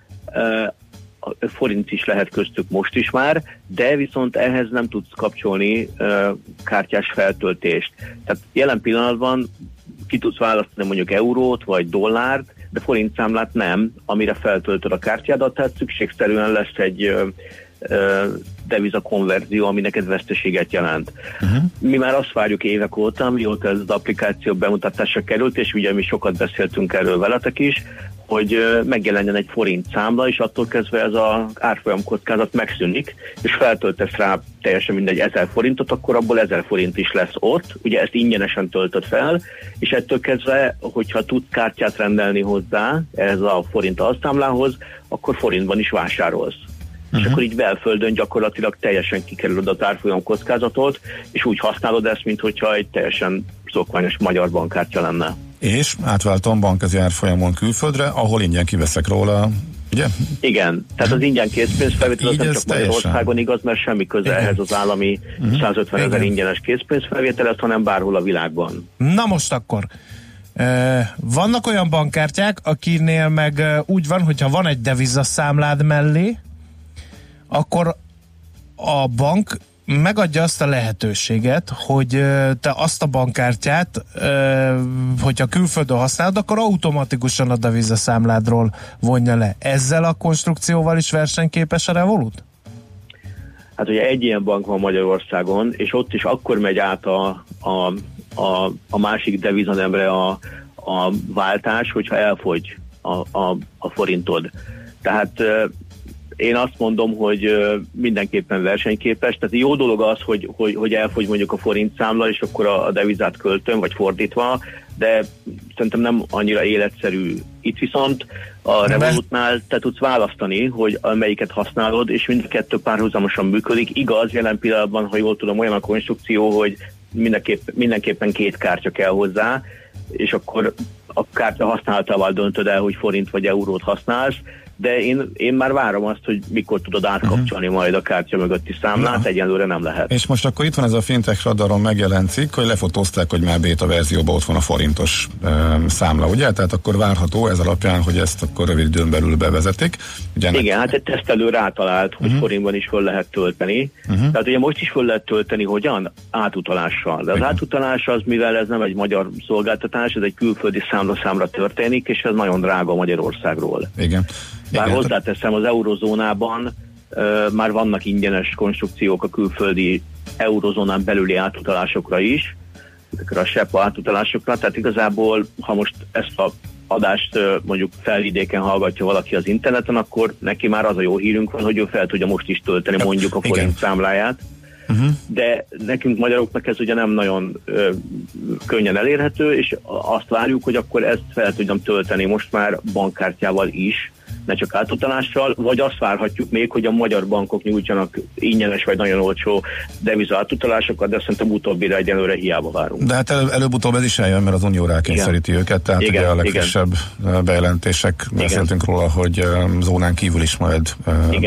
forint is lehet köztük most is már, de viszont ehhez nem tudsz kapcsolni kártyás feltöltést. Tehát jelen pillanatban ki tudsz választani mondjuk eurót vagy dollárt, de forint számlát nem, amire feltöltöd a kártyádat, tehát szükségszerűen lesz egy deviza konverzió, ami neked veszteséget jelent. Mi már azt várjuk évek óta, mióta ez az applikáció bemutatásra került, és ugye mi sokat beszéltünk erről veletek is, hogy megjelenjen egy forint számla, és attól kezdve ez az árfolyam kockázat megszűnik, és feltöltesz rá teljesen mindegy 1000 forintot, akkor abból 1000 forint is lesz ott, ugye ezt ingyenesen töltöd fel, és ettől kezdve, hogyha tudsz kártyát rendelni hozzá, ez a forint alszámlához, akkor forintban is vásárolsz. és akkor így belföldön gyakorlatilag teljesen kikerülöd a árfolyam kockázatot, és úgy használod ezt, mint hogyha egy teljesen szokványos magyar bankkártya lenne. És átváltom bankközi árfolyamon külföldre, ahol ingyen kiveszek róla, ugye? Igen, tehát az ingyen készpénzfelvétel az nem csak Magyarországon igaz, mert semmi köze ehhez az állami 150 000 ingyenes készpénzfelvételhez, hanem bárhol a világban. Na most akkor, vannak olyan bankkártyák, akinél meg úgy van, hogyha van egy devizaszámlád mellé, akkor a bank megadja azt a lehetőséget, hogy te azt a bankkártyát, hogyha külföldön használod, akkor automatikusan a devizaszámládról vonja le. Ezzel a konstrukcióval is versenyképes a Revolut? Hát ugye egy ilyen bank van Magyarországon, és ott is akkor megy át a másik devizanemre a váltás, hogyha elfogy a forintod. Tehát én azt mondom, hogy mindenképpen versenyképes. Tehát jó dolog az, hogy elfogy mondjuk a forint számla, és akkor a devizát költöm, vagy fordítva, de szerintem nem annyira életszerű. Itt viszont a Revolutnál te tudsz választani, hogy melyiket használod, és mind a kettő párhuzamosan működik. Igaz, jelen pillanatban, ha jól tudom, olyan a konstrukció, hogy mindenképpen 2 kártya kell hozzá, és akkor a kártya használatával döntöd el, hogy forint vagy eurót használsz, de én már várom azt, hogy mikor tudod átkapcsolni majd a kártya mögötti számlát, egyelőre nem lehet. És most akkor itt van ez a fintech radaron megjelent cikk, hogy lefotózták, hogy már beta verzióban ott van a forintos számla, ugye? Tehát akkor várható ez alapján, hogy ezt akkor rövid időn belül bevezetik. Igen, hát egy tesztelő rátalált, hogy forintban is föl lehet tölteni. Tehát ugye most is föl lehet tölteni, hogyan? Átutalással. De az átutalás az, mivel ez nem egy magyar szolgáltatás, ez egy külföldi számra történik, és ez nagyon drága Magyarországról. Igen. Bár hozzáteszem, az eurozónában már vannak ingyenes konstrukciók a külföldi eurozónán belüli átutalásokra is, ezekre a SEPA átutalásokra, tehát igazából, ha most ezt a adást mondjuk felvidéken hallgatja valaki az interneten, akkor neki már az a jó hírünk van, hogy ő fel tudja most is tölteni mondjuk a forint számláját, de nekünk magyaroknak ez ugye nem nagyon könnyen elérhető, és azt várjuk, hogy akkor ezt fel tudjam tölteni most már bankkártyával is, ne csak átutalással, vagy azt várhatjuk még, hogy a magyar bankok nyújtsanak ingyenes vagy nagyon olcsó deviza átutalásokat, de szerintem utóbbira egyelőre hiába várunk. De hát előbb-utóbb ez is eljön, mert az Unió rákényszeríti őket, tehát ugye a legfrissebb bejelentések, beszéltünk róla, hogy zónán kívül is majd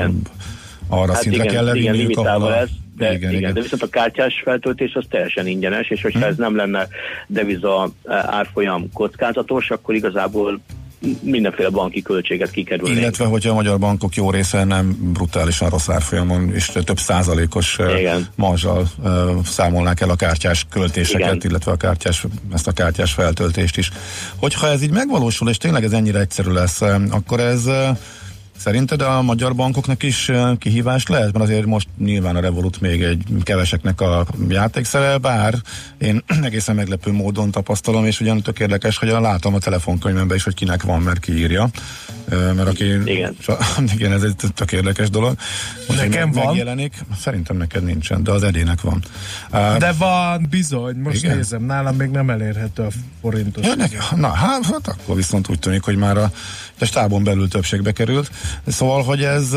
arra hát szintre kell levinniük, ahol lesz. De viszont a kártyás feltöltés az teljesen ingyenes, és hogyha ez nem lenne deviza árfolyam kockázatos, akkor igazából mindenféle banki költséget kikerülnénk. Illetve, hogyha a magyar bankok jó része nem brutálisan rossz árfolyamon, és több százalékos marzsal számolnák el a kártyás költéseket, illetve ezt a kártyás feltöltést is. Hogyha ez így megvalósul, és tényleg ez ennyire egyszerű lesz, akkor ez szerinted a magyar bankoknak is kihívás lehet? Mert azért most nyilván a Revolut még egy keveseknek a játékszere, bár én egészen meglepő módon tapasztalom, és ugyan tök érdekes, hogy látom a telefonkönyvemben is, hogy kinek van, mert kiírja. Mert aki... Igen, ez egy tök érdekes dolog. Most nekem van. Megjelenik, szerintem neked nincsen, de az Edének van. De van, bizony, most nézem, nálam még nem elérhető a forintos. Hát akkor viszont úgy tűnik, hogy már a stábon belül többségbe került. Szóval, hogy ez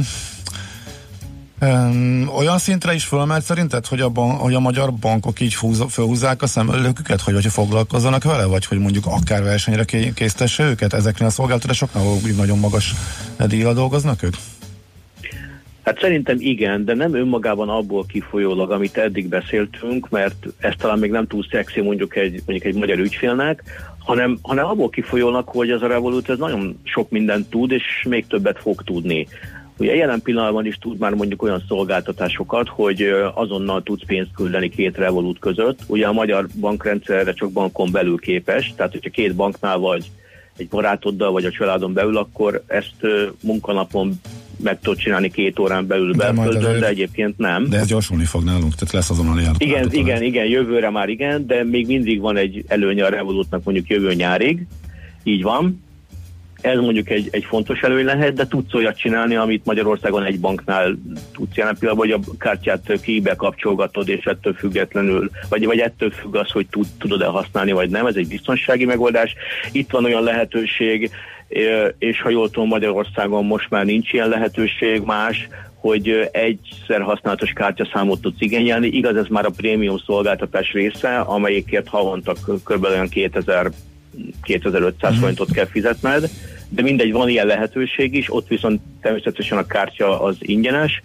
olyan szintre is fölmegy szerinted, hogy a magyar bankok így fölhúzzák a szemöldöküket, hogy foglalkozzanak vele, vagy hogy mondjuk akár versenyre késztesse őket ezeknél a szolgáltatásoknál, ahol nagyon magas díjjal dolgoznak ők? Hát szerintem igen, de nem önmagában abból kifolyólag, amit eddig beszéltünk, mert ez talán még nem túl szexi mondjuk egy magyar ügyfélnek, hanem abból kifolyólag, hogy ez a Revolut ez nagyon sok mindent tud, és még többet fog tudni. Ugye jelen pillanatban is tud már mondjuk olyan szolgáltatásokat, hogy azonnal tudsz pénzt küldeni 2 Revolut között. Ugye a magyar bankrendszerre csak bankon belül képes, tehát hogyha 2 banknál vagy egy barátoddal, vagy a családon belül, akkor ezt munkanapon meg tudod csinálni 2 órán belül belföldön, de egyébként nem. De ez gyorsulni fog nálunk, tehát lesz azonnal ilyen. Igen, jövőre már igen, de még mindig van egy előnye a Revolutnak mondjuk jövő nyárig, így van. Ez mondjuk egy fontos előny lehet, de tudsz olyat csinálni, amit Magyarországon egy banknál tudsz jelen pillanatban, hogy a kártyát bekapcsolgatod, és ettől függetlenül, vagy ettől függ az, hogy tudod-e használni, vagy nem. Ez egy biztonsági megoldás. Itt van olyan lehetőség, és ha jól tudom, Magyarországon most már nincs ilyen lehetőség más, hogy egyszer használatos kártyaszámot tudsz igényelni. Igaz, ez már a prémium szolgáltatás része, amelyikért havonta kb. Olyan 2500 forintot kell fizetned, de mindegy, van ilyen lehetőség is, ott viszont természetesen a kártya az ingyenes.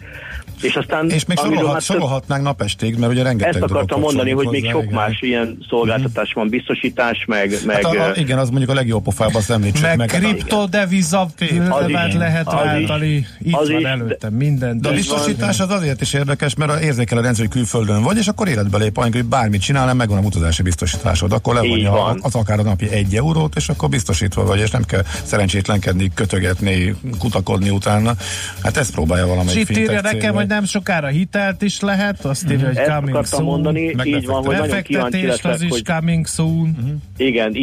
És még sorolhatnánk napestig, mert ugye rengeteg ezt akartam mondani, hogy még sok igen. más ilyen szolgáltatás van, biztosítás, meg... igen, az mondjuk a legjobb pofába, azt említsük meg. Kriptodeviza lehet váltani, itt van előttem minden. De a biztosítás az azért is érdekes, mert érzékel a rendszer, hogy külföldön vagy, és akkor életbe lép, hogy bármit csinál, megvan a utazási biztosításod. Akkor levonja az akár a napi 1 eurót, és akkor biztosítva vagy, és nem kell szerencsétlenkedni, kötögetni, kutakodni utána. Hát ezt próbálja valamelyik fintech cég. Nem sokára hitelt is lehet, azt írja, hogy coming soon. Mondani, így van, hogy nagyon kíváncsi leszek, az is coming soon. Igen,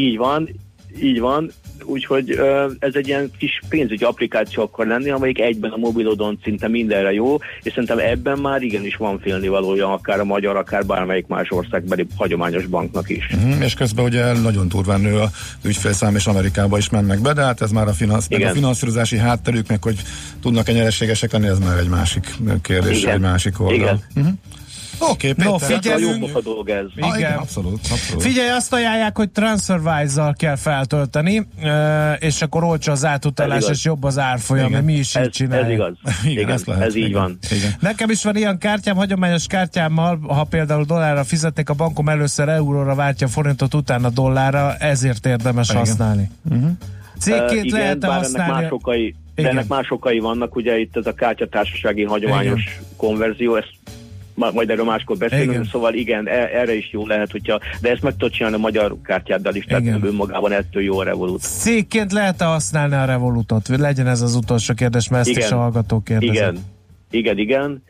így van. Úgyhogy ez egy ilyen kis pénzügyi applikáció akar lenni, amelyik egyben a mobilodon szinte mindenre jó, és szerintem ebben már igenis van félnivalója, akár a magyar, akár bármelyik más országbeli hagyományos banknak is. És közben ugye nagyon durván nő az ügyfélszám, és Amerikába is mennek be, de hát ez már a finanszírozási hátterük, meg hogy tudnak-e nyereségesek lenni, ez már egy másik kérdés, egy másik oldal. Oké, Péter. Figyelünk. A dolog ez. Igen. Abszolút. Figyelj, azt ajánlják, hogy TransferWise-zal kell feltölteni, és akkor olcsó az átutalás, és jobb az árfolyam, mi is így csináljuk. Ez igaz. Igen, ez így van. Igen. Nekem is van ilyen kártyám, hagyományos kártyámmal, ha például dollárra fizetnék, a bankom először euróra váltja a forintot, utána dollárra, ezért érdemes használni. Cégként lehet használni. De ennek más okai vannak, ugye itt ez a kártyatársasági hagyományos konverzió, ezt majd erről máskor beszélünk, szóval igen, erre is jó lehet, de ezt meg tudod csinálni a magyar kártyáddal is, tehát nem önmagában ettől jó a Revolut. Cégként lehet-e használni a Revolutot? Legyen ez az utolsó kérdés, mert ezt is a hallgatók kérdezik. Igen.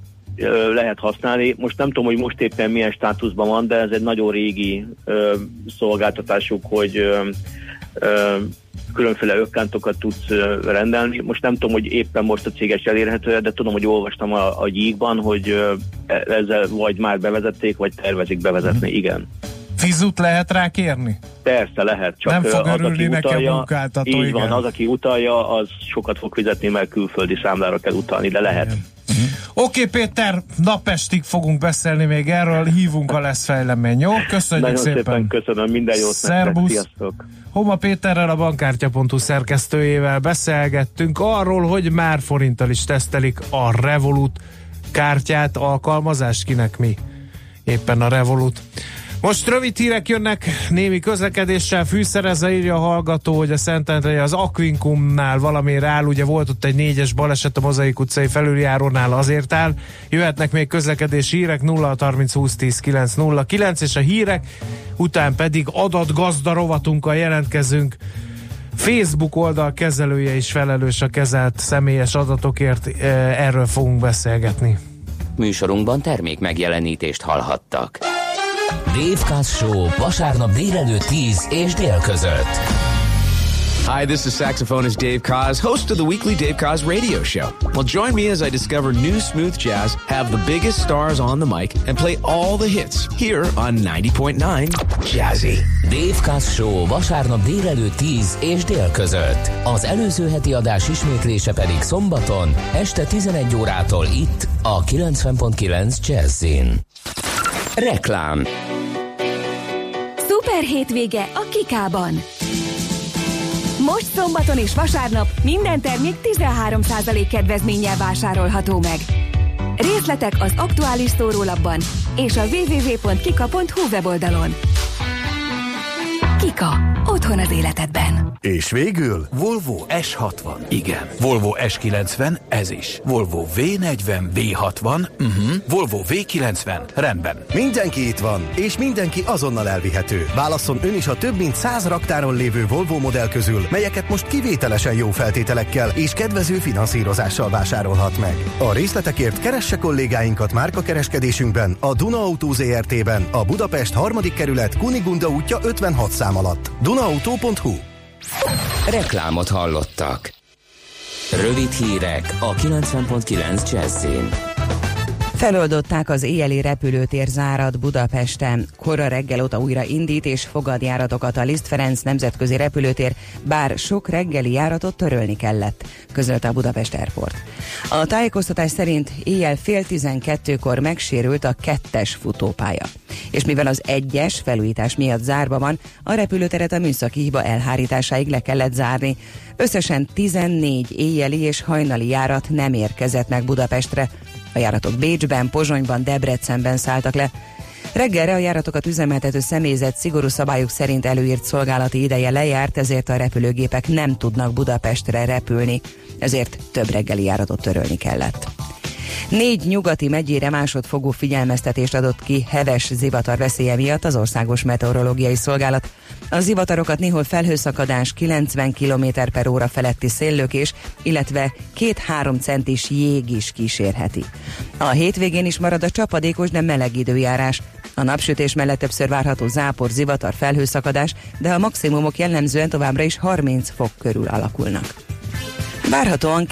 Lehet használni. Most nem tudom, hogy most éppen milyen státuszban van, de ez egy nagyon régi szolgáltatásuk, hogy különféle ökkántokat tudsz rendelni. Most nem tudom, hogy éppen most a céges elérhető, de tudom, hogy olvastam a Gyíkban, hogy ezzel vagy már bevezették, vagy tervezik bevezetni, igen. Fizut lehet rá kérni? Persze lehet, csak nem fog az, örülni nekem munkáltató, így van, az, aki utalja, az sokat fog fizetni, mert külföldi számlára kell utalni, de lehet. Oké, Péter, napestig fogunk beszélni még erről, hívunk, ha lesz fejlemény, jó? Köszönjük szépen köszönöm, minden jót nektek, sziasztok! Homa Péterrel, a bankkártya.hu szerkesztőjével beszélgettünk arról, hogy már forinttal is tesztelik a Revolut kártyát, alkalmazást, kinek mi éppen a Revolut. Most rövid hírek jönnek, némi közlekedéssel fűszerezve, írja a hallgató, hogy a Szentendrei az Aquincumnál valamire áll, ugye volt ott egy 4-es baleset a Mozaik utcai felüljárónál, azért áll. Jöhetnek még közlekedési hírek, 0-30 20 10 909, és a hírek után pedig adatgazda rovatunkkkal jelentkezünk. Facebook oldal kezelője is felelős a kezelt személyes adatokért, erről fogunk beszélgetni. Műsorunkban termék megjelenítést hallhattak. Dave Kass Show vasárnap délelőtt 10 és dél között. Hi, this is saxophonist Dave Koz, host of the weekly Dave Koz radio show. Well, join me as I discover new smooth jazz, have the biggest stars on the mic, and play all the hits here on 90.9 Jazzy. Dave Kass Show vasárnap délelőtt 10 és dél között. Az előző heti adás ismétlése pedig szombaton este 11 órától itt a 90.9 Jazzin. Reklám. Szuper hétvége a Kikában. Most szombaton és vasárnap minden termék 13% kedvezménnyel vásárolható meg. Részletek az aktuális szórólapban és a www.kika.hu weboldalon. Kika. Otthon az életedben. És végül Volvo S60. Igen. Volvo S90, ez is. Volvo V40, V60, Volvo V90, rendben. Mindenki itt van, és mindenki azonnal elvihető. Válasszon ön is a több mint 100 raktáron lévő Volvo modell közül, melyeket most kivételesen jó feltételekkel és kedvező finanszírozással vásárolhat meg. A részletekért keresse kollégáinkat márkakereskedésünkben, a Duna Autó ZRT-ben, a Budapest 3. kerület Kunigunda útja 56 szám alatt. Dunaauto.hu. Reklámot hallottak. Rövid hírek a 90.9 Jazzin. Feloldották az éjjeli repülőtér zárat Budapesten. Kora reggel óta újra indít és fogad járatokat a Liszt Ferenc nemzetközi repülőtér, bár sok reggeli járatot törölni kellett, közölte a Budapest Airport. A tájékoztatás szerint éjjel 11:30-kor megsérült a 2-es futópálya. És mivel az 1-es felújítás miatt zárva van, a repülőteret a műszaki hiba elhárításáig le kellett zárni. Összesen 14 éjjeli és hajnali járat nem érkezett meg Budapestre. A járatok Bécsben, Pozsonyban, Debrecenben szálltak le. Reggelre a járatokat üzemeltető személyzet szigorú szabályok szerint előírt szolgálati ideje lejárt, ezért a repülőgépek nem tudnak Budapestre repülni, ezért több reggeli járatot törölni kellett. 4 nyugati megyére másodfokú figyelmeztetést adott ki heves zivatar veszélye miatt az Országos Meteorológiai Szolgálat. A zivatarokat néhol felhőszakadás, 90 km/h feletti széllökés, illetve 2-3 centis jég is kísérheti. A hétvégén is marad a csapadékos, de meleg időjárás. A napsütés mellett többször várható zápor, zivatar, felhőszakadás, de a maximumok jellemzően továbbra is 30 fok körül alakulnak. Várhatóan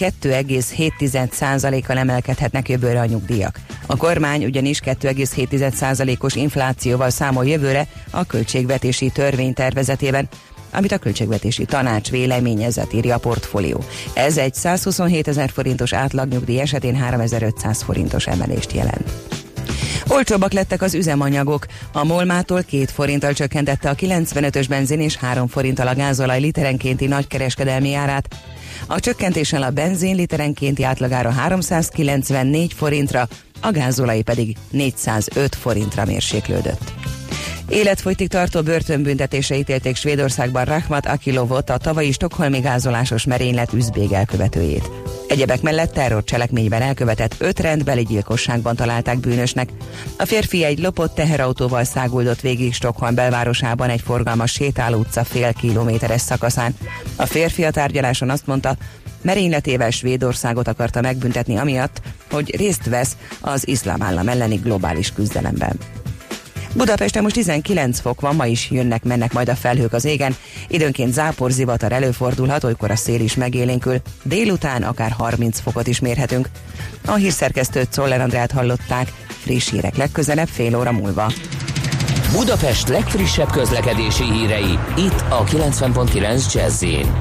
2,7%-kal emelkedhetnek jövőre a nyugdíjak. A kormány ugyanis 2,7%-os inflációval számol jövőre a költségvetési törvénytervezetében, amit a Költségvetési Tanács véleményezett, írja a Portfólió. Ez egy 127 000 forintos átlagnyugdíj esetén 3500 forintos emelést jelent. Olcsóbbak lettek az üzemanyagok. A MOL-mától 2 forinttal csökkentette a 95-ös benzin és 3 forinttal a gázolaj literenkénti nagykereskedelmi árát. A csökkentéssel a benzin literenkénti átlagára 394 forintra, a gázolaj pedig 405 forintra mérséklődött. Életfogytig tartó börtönbüntetésre ítélték Svédországban Rahmat Akilovot, a tavalyi stockholmi gázolásos merénylet üzbég elkövetőjét. Egyebek mellett terrorcselekményben elkövetett 5 rendbeli gyilkosságban találták bűnösnek. A férfi egy lopott teherautóval száguldott végig Stockholm belvárosában egy forgalmas sétáló utca fél kilométeres szakaszán. A férfi a tárgyaláson azt mondta, merényletével Svédországot akarta megbüntetni amiatt, hogy részt vesz az iszlám állam elleni globális küzdelemben. Budapesten most 19 fok van, ma is jönnek-mennek majd a felhők az égen, időnként zápor, zivatar előfordulhat, olykor a szél is megélénkül, délután akár 30 fokot is mérhetünk. A hírszerkesztőt, Czoller Andrát hallották, friss hírek legközelebb fél óra múlva. Budapest legfrissebb közlekedési hírei, itt a 90.9 Jazz-in.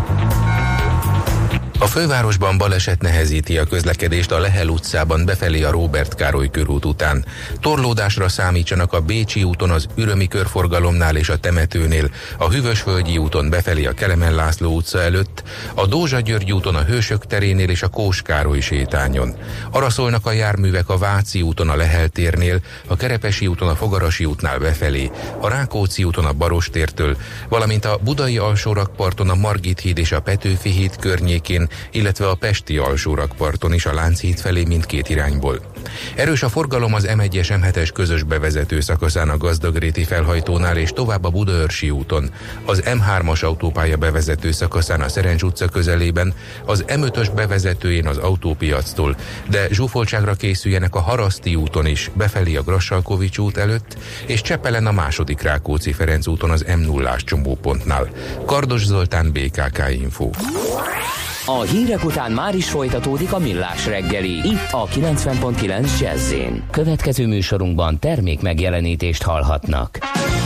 A fővárosban baleset nehezíti a közlekedést a Lehel utcában befelé a Róbert Károly körút után. Torlódásra számítsanak a Bécsi úton az Ürömi körforgalomnál és a Temetőnél, a Hűvösvölgyi úton befelé a Kelemen László utca előtt, a Dózsa-György úton a Hősök terénél és a Kós Károly sétányon. Arra szólnak a járművek a Váci úton a Lehel térnél, a Kerepesi úton a Fogarasi útnál befelé, a Rákóczi úton a Barostértől, valamint a Budai alsórakparton a Margit híd és a Petőfi híd környékén, illetve a pesti alsórakparton is a Lánchíd felé mindkét irányból. Erős a forgalom az M1-es M7-es közös bevezető szakaszán a Gazdagréti felhajtónál és tovább a Budaörsi úton, az M3-as autópálya bevezető szakaszán a Szerencs utca közelében, az M5-ös bevezetőjén az autópiactól, de zsúfoltságra készüljenek a Haraszti úton is, befelé a Grassalkovics út előtt, és Csepelen a második Rákóczi-Ferenc úton az M0-ás csomópontnál. Kardos Zoltán, BKK Info. A hírek után már is folytatódik a Millás reggeli, itt a 90.9 Jazz-in. Következő műsorunkban termék megjelenítést hallhatnak.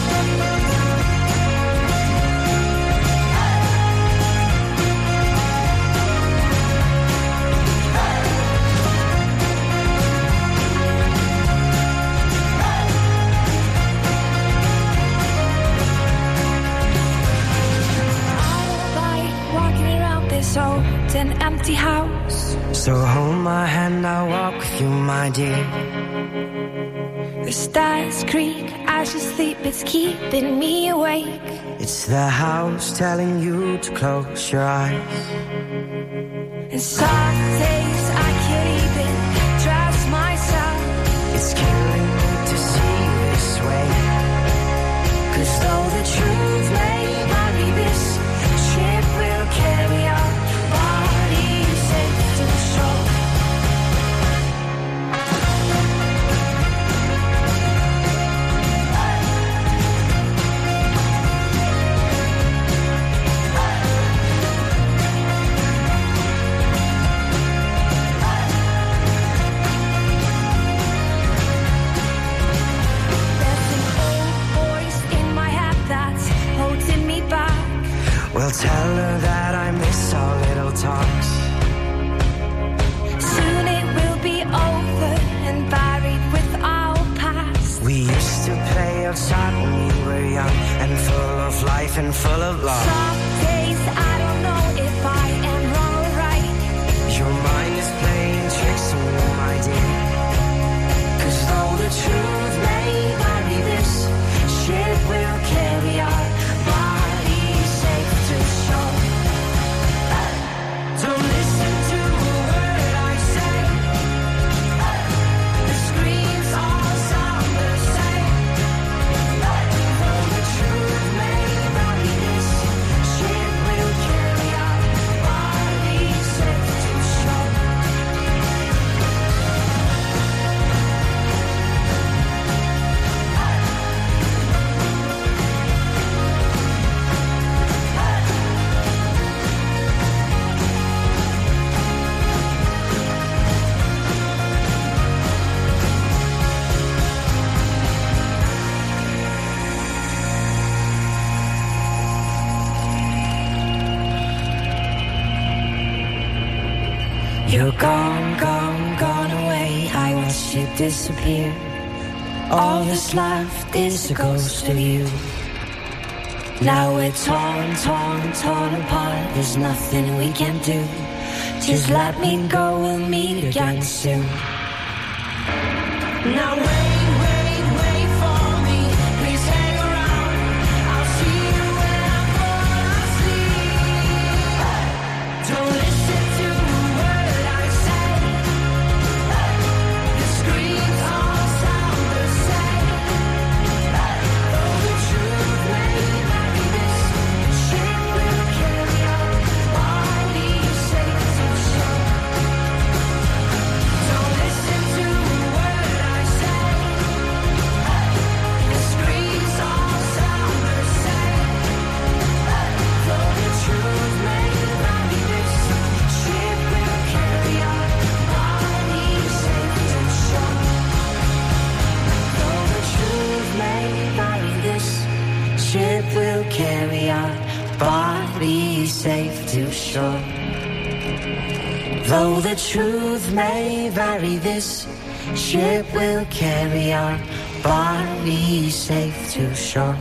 An empty house. So hold my hand, I'll walk with you, my dear. The stars creak as you sleep, it's keeping me awake. It's the house telling you to close your eyes. And some days I can't even trust myself. It's killing me to see you this way. 'Cause though the truth may vary, this ship will carry on. I'll tell her that I miss our little talks. Soon it will be over and buried with our past. We used to play outside when we were young and full of life and full of love. Some days I don't know if I am wrong or right. Your mind is playing tricks on you, my dear. 'Cause though the truth may vary, this ship will carry our bodies safe to shore. Don't listen to a word I say. The screams all sound the same. Though the truth may vary, this ship will carry our bodies safe to shore. You're gone, gone, gone away. I watched you disappear. All that's left is a ghost of you. Now we're torn, torn, torn apart. There's nothing we can do. Just let me go, we'll meet again soon. Now wait, wait, wait for me. Please hang around. I'll see you when I fall asleep. Don't listen to a word I say. The screams all sound the same. Though the truth may vary, this ship will carry our bodies safe to shore. Don't listen to a word I say. The screams all sound the same. Though the truth may vary, this ship will carry our bodies safe to shore. Though the truth may vary, this ship will carry our bodies safe to shore. Though the truth may vary, this ship will carry our bodies safe to shore.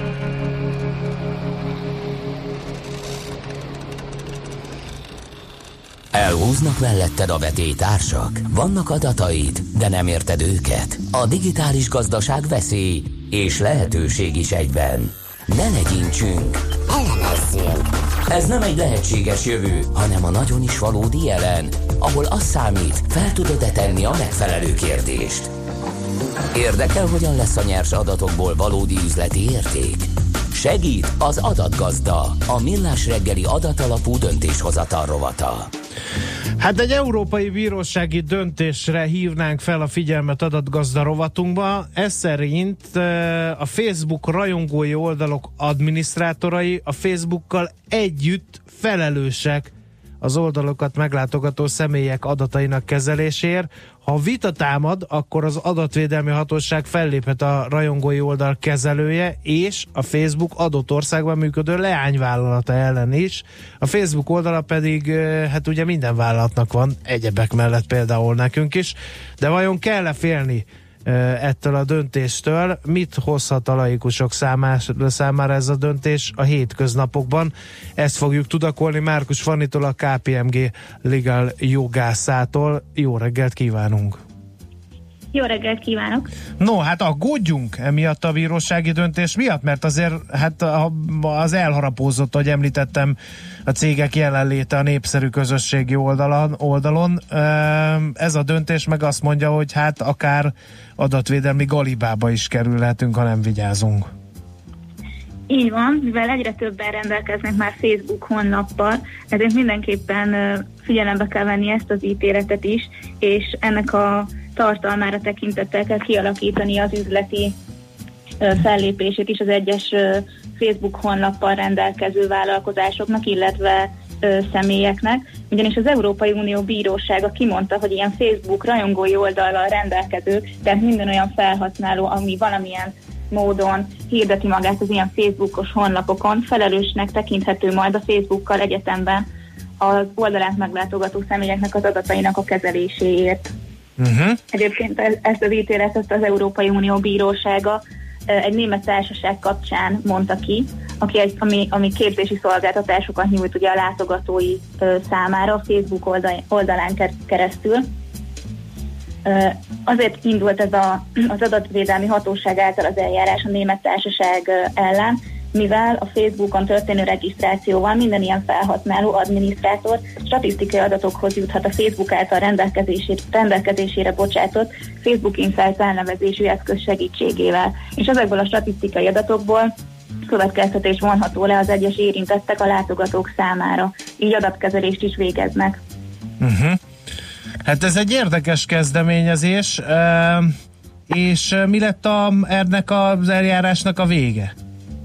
Elhúznak melletted a vetélytársak? Vannak adataid, de nem érted őket? A digitális gazdaság veszély és lehetőség is egyben. Ne legyintsünk, elemezzünk. Ez nem egy lehetséges jövő, hanem a nagyon is valódi jelen, ahol az számít, fel tudod-e tenni a megfelelő kérdést. Érdekel, hogyan lesz a nyers adatokból valódi üzleti érték? Segít az adatgazda, a Millás reggeli adatalapú döntéshozatal rovata. Hát egy európai bírósági döntésre hívnánk fel a figyelmet adatgazda rovatunkba. Ez szerint a Facebook rajongói oldalok adminisztrátorai a Facebookkal együtt felelősek az oldalokat meglátogató személyek adatainak kezeléséért. Ha vita támad, akkor az adatvédelmi hatóság felléphet a rajongói oldal kezelője és a Facebook adott országban működő leányvállalata ellen is. A Facebook oldala pedig, hát ugye minden vállalatnak van, egyebek mellett például nekünk is, de vajon kell-e félni ettől a döntéstől? Mit hozhat a laikusok számára ez a döntés a hétköznapokban? Ezt fogjuk tudakolni Márkus Fannitól, a KPMG Legal jogászától. Jó reggelt kívánunk! Jó reggelt kívánok! No, hát aggódjunk emiatt a bírósági döntés miatt, mert azért hát az elharapózott, ahogy említettem, a cégek jelenléte a népszerű közösségi oldalon. Ez a döntés meg azt mondja, hogy hát akár adatvédelmi galibába is kerülhetünk, ha nem vigyázunk. Így van, mivel egyre többen rendelkeznek már Facebook honlappal, ezért mindenképpen figyelembe kell venni ezt az ítéletet is, és ennek a tartalmára tekintettel kell kialakítani az üzleti fellépését is az egyes Facebook honlappal rendelkező vállalkozásoknak, illetve személyeknek, ugyanis az Európai Unió Bírósága kimondta, hogy ilyen Facebook rajongói oldallal rendelkezők, tehát minden olyan felhasználó, ami valamilyen módon hirdeti magát az ilyen Facebookos honlapokon, felelősnek tekinthető majd a Facebookkal egyetemben az oldalát meglátogató személyeknek az adatainak a kezeléséért. Egyébként ezt az ítéletet az Európai Unió Bírósága egy német társaság kapcsán mondta ki, ami képzési szolgáltatásokat nyújt ugye a látogatói számára a Facebook oldalán keresztül. Azért indult ez az adatvédelmi hatóság által az eljárás a német társaság ellen, mivel a Facebookon történő regisztrációval minden ilyen felhasználó adminisztrátor statisztikai adatokhoz juthat a Facebook által rendelkezésére bocsátott Facebook Insights elnevezésű eszköz segítségével. És ezekből a statisztikai adatokból következtetés vonható le az egyes érintettek a látogatók számára. Így adatkezelést is végeznek. Hát ez egy érdekes kezdeményezés, és mi lett ennek az eljárásnak a vége?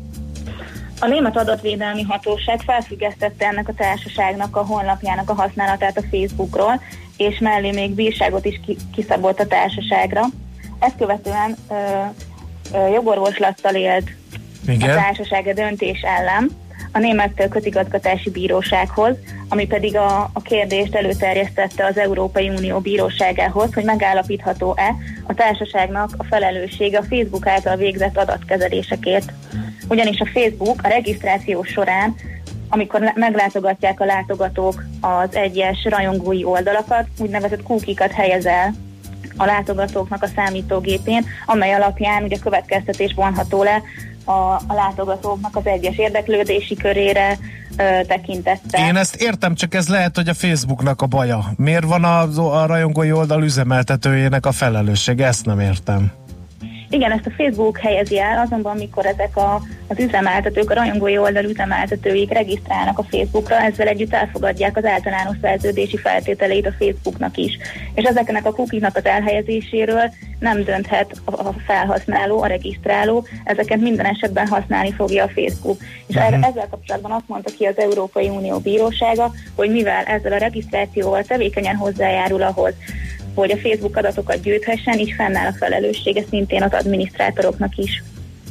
A német adatvédelmi hatóság felfüggesztette ennek a társaságnak a honlapjának a használatát a Facebookról, és mellé még bírságot is kiszabott a társaságra. Ezt követően jogorvoslattal élt a társaság a döntés ellen a Német Közigazgatási Bírósághoz, ami pedig a kérdést előterjesztette az Európai Unió Bíróságához, hogy megállapítható-e a társaságnak a felelőssége a Facebook által végzett adatkezelésekért. Ugyanis a Facebook a regisztráció során, amikor meglátogatják a látogatók az egyes rajongói oldalakat, úgynevezett cookie-kat helyez el a látogatóknak a számítógépén, amely alapján ugye következtetés vonható le a látogatóknak az egyes érdeklődési körére tekintettel. Én ezt értem, csak ez lehet, hogy a Facebooknak a baja. Miért van a rajongói oldal üzemeltetőjének a felelősség? Ezt nem értem. Igen, ezt a Facebook helyezi el, azonban mikor ezek az üzemeltetők, a rajongói oldal üzemeltetőik regisztrálnak a Facebookra, ezzel együtt elfogadják az általános szerződési feltételeit a Facebooknak is. És ezeknek a cookie-nak az elhelyezéséről nem dönthet a felhasználó, a regisztráló, ezeket minden esetben használni fogja a Facebook. És ezzel kapcsolatban azt mondta ki az Európai Unió Bírósága, hogy mivel ezzel a regisztrációval tevékenyen hozzájárul ahhoz, hogy a Facebook adatokat gyűjthessen, így fennáll a felelőssége szintén az adminisztrátoroknak is.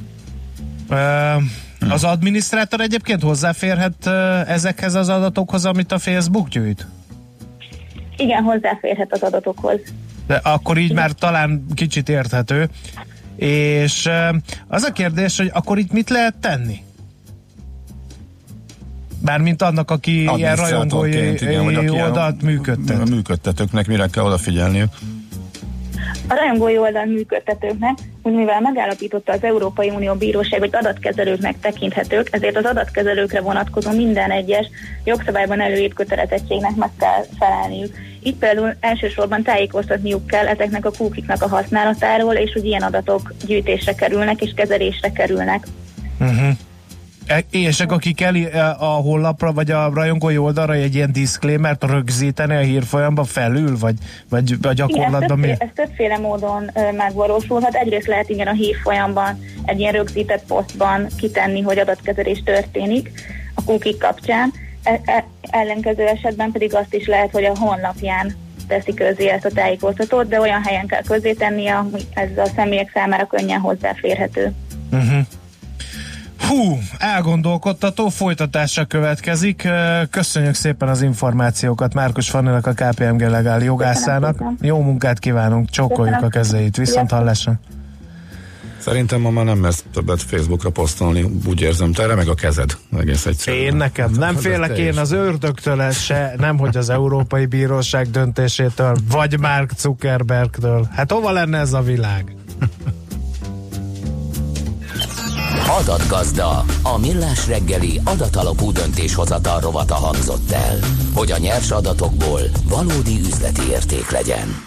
Az adminisztrátor egyébként hozzáférhet ezekhez az adatokhoz, amit a Facebook gyűjt? Igen, hozzáférhet az adatokhoz. De akkor így már talán kicsit érthető. És az a kérdés, hogy akkor itt mit lehet tenni? Bármint annak, aki ilyen rajongói oldalt működtet. A működtetőknek mire kell odafigyelniük? A rajongói oldal működtetőknek, úgy mivel megállapította az Európai Unió Bíróság, hogy adatkezelőknek tekinthetők, ezért az adatkezelőkre vonatkozó minden egyes jogszabályban előírt kötelezettségnek meg kell felelniük. Itt például elsősorban tájékoztatniuk kell ezeknek a cookie-knak a használatáról, és hogy ilyen adatok gyűjtésre kerülnek és kezelésre kerülnek. És akik a honlapra, vagy a rajongói oldalra egy ilyen disclaimert rögzíteni a hírfolyamban felül, vagy gyakorlatban mi? Ez többféle módon megvalósulhat. Egyrészt lehet igen a hírfolyamban egy ilyen rögzített posztban kitenni, hogy adatkezelés történik a cookie kapcsán. Ellenkező esetben pedig azt is lehet, hogy a honlapján teszi közzé ezt a tájékoztatót, de olyan helyen kell közzétennie, hogy ez a személyek számára könnyen hozzáférhető. Elgondolkodtató, folytatásra következik. Köszönjük szépen az információkat Márkus Fanninak, a KPMG legál jogászának. Jó munkát kívánunk, csókoljuk a kezeit. Viszont hallásra. Szerintem ma már nem lesz többet Facebookra posztolni, úgy érzem, te remeg a kezed, egész egyszerűen. Én nekem nem félek én az ördögtől se, nemhogy az Európai Bíróság döntésétől, vagy Mark Zuckerbergtől. Hát hova lenne ez a világ? Adatgazda, a millás reggeli adatalapú döntéshozatal rovata hangzott el, hogy a nyers adatokból valódi üzleti érték legyen.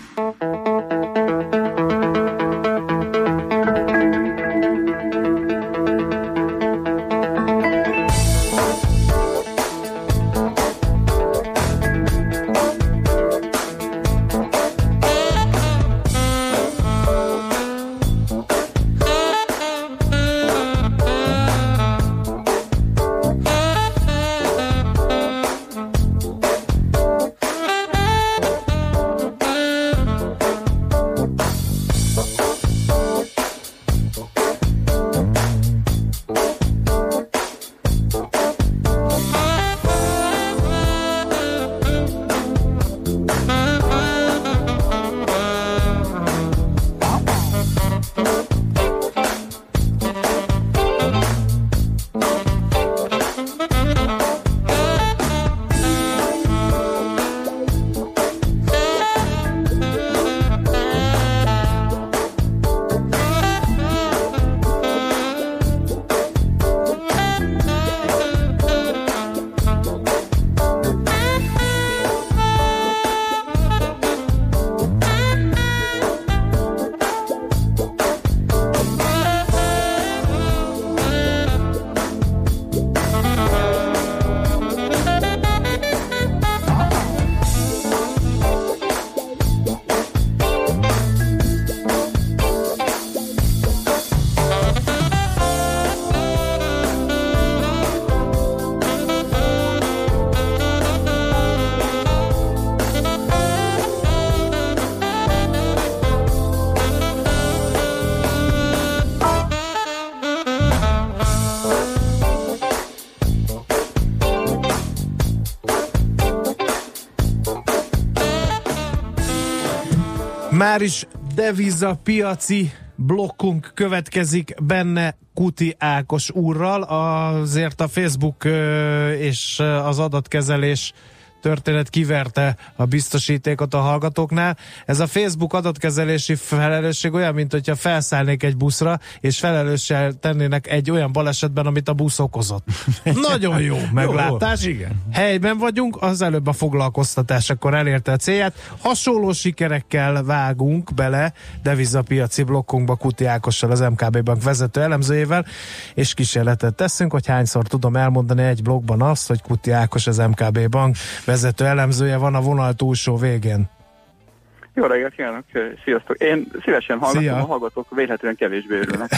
Már is devizapiaci blokkunk következik, benne Kuti Ákos úrral. Azért a Facebook és az adatkezelés történet kiverte a biztosítékot a hallgatóknál. Ez a Facebook adatkezelési felelősség olyan, mint hogyha felszállnék egy buszra, és felelőssel tennének egy olyan balesetben, amit a busz okozott. Nagyon jó meglátás. Jó, igen. Helyben vagyunk, az előbb a foglalkoztatás akkor elérte a célját. Hasonló sikerekkel vágunk bele devizapiaci blokkunkba Kuti Ákossal, az MKB Bank vezető elemzőjével, és kísérletet teszünk, hogy hányszor tudom elmondani egy blogban azt, hogy Kuti Ákos, az MKB Bank vezető elemzője van a vonal túlsó végén. Jó reggelt kívánok, sziasztok! Én szívesen hallgatom, a hallgatók véletlenül kevésbé örülnek.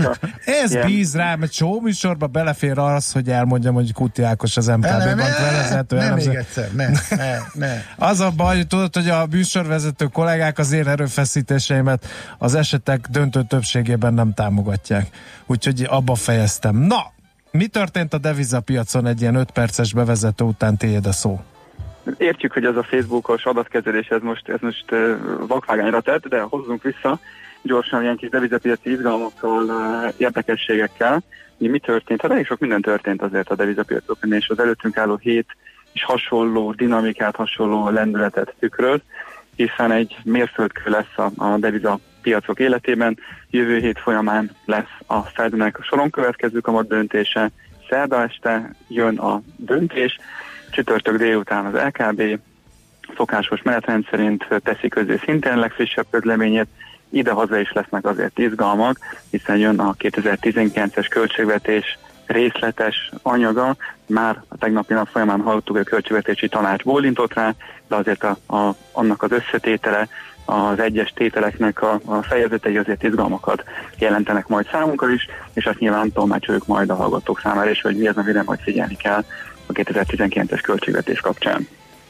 Ez bíz rám, egy show műsorba belefér az, hogy elmondjam, hogy Kuti Ákos az MKB Bank vezető elemző. Nem még egyszer, ne. Az a baj, hogy tudod, hogy a műsorvezető kollégák az én erőfeszítéseimet az esetek döntő többségében nem támogatják. Úgyhogy abba fejeztem. Na! Mi történt a devizapiacon egy ilyen 5 perces bevezető után, tiéd a szó? Értjük, hogy ez a Facebookos adatkezelés, ez most vakvágányra tett, de hozzunk vissza gyorsan ilyen kis devizapiaci izgalmakkal, érdekességekkel. Mi történt? Hát elég sok minden történt azért a devizapiacokon, és az előttünk álló hét is hasonló dinamikát, hasonló lendületet tükröz, hiszen egy mérföldkő lesz a devizapiacok életében. Jövő hét folyamán lesz a Fednek a soron következő kamat döntése, szerda este jön a döntés, csütörtök délután az LKB szokásos menetrend szerint teszi közé szintén legfrissebb közleményét, ide-haza is lesznek azért izgalmak, hiszen jön a 2019-es költségvetés részletes anyaga, már a tegnapi nap folyamán hallottuk, hogy a költségvetési tanács bólintott rá, de azért annak az összetétele, az egyes tételeknek a fejezetei azért izgalmakat jelentenek majd számunkra is, és azt nyilván tolmácsoljuk majd a hallgatók számára is, hogy mi az, amire majd figyelni kell a 2019-es költségvetés kapcsán.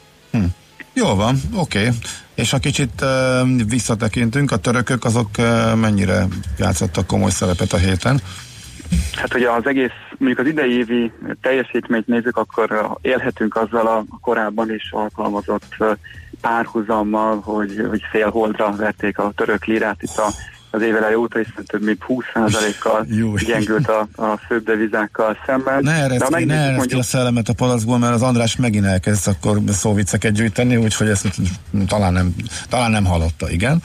Jól van, oké. És ha kicsit visszatekintünk, a törökök azok mennyire játszottak komoly szerepet a héten? Hát ugye az egész, mondjuk az idei évi teljesítményt nézzük, akkor élhetünk azzal a korábban is alkalmazott párhuzammal, hogy félholdra verték a török lirát itt az éveleje óta, hiszen több mint 20%-kal gyengült a főbb devizákkal szemben. Ne ereszd ki a szellemet a palackból, mert az András megint elkezd akkor szóvicceket gyűjteni, úgyhogy ezt talán nem hallotta, igen.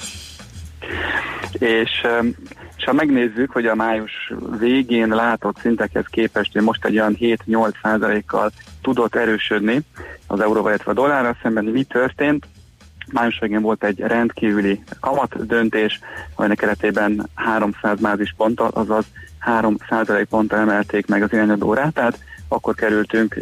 És ha megnézzük, hogy a május végén látott szintekhez képest, hogy most egy olyan 7-8%-kal tudott erősödni az euróval, illetve a dollárral szemben, mi történt? Május végén volt egy rendkívüli kamat döntés, amelynek keretében 300 bázisponttal, azaz 3% ponttal emelték meg az irányadó rátát, akkor kerültünk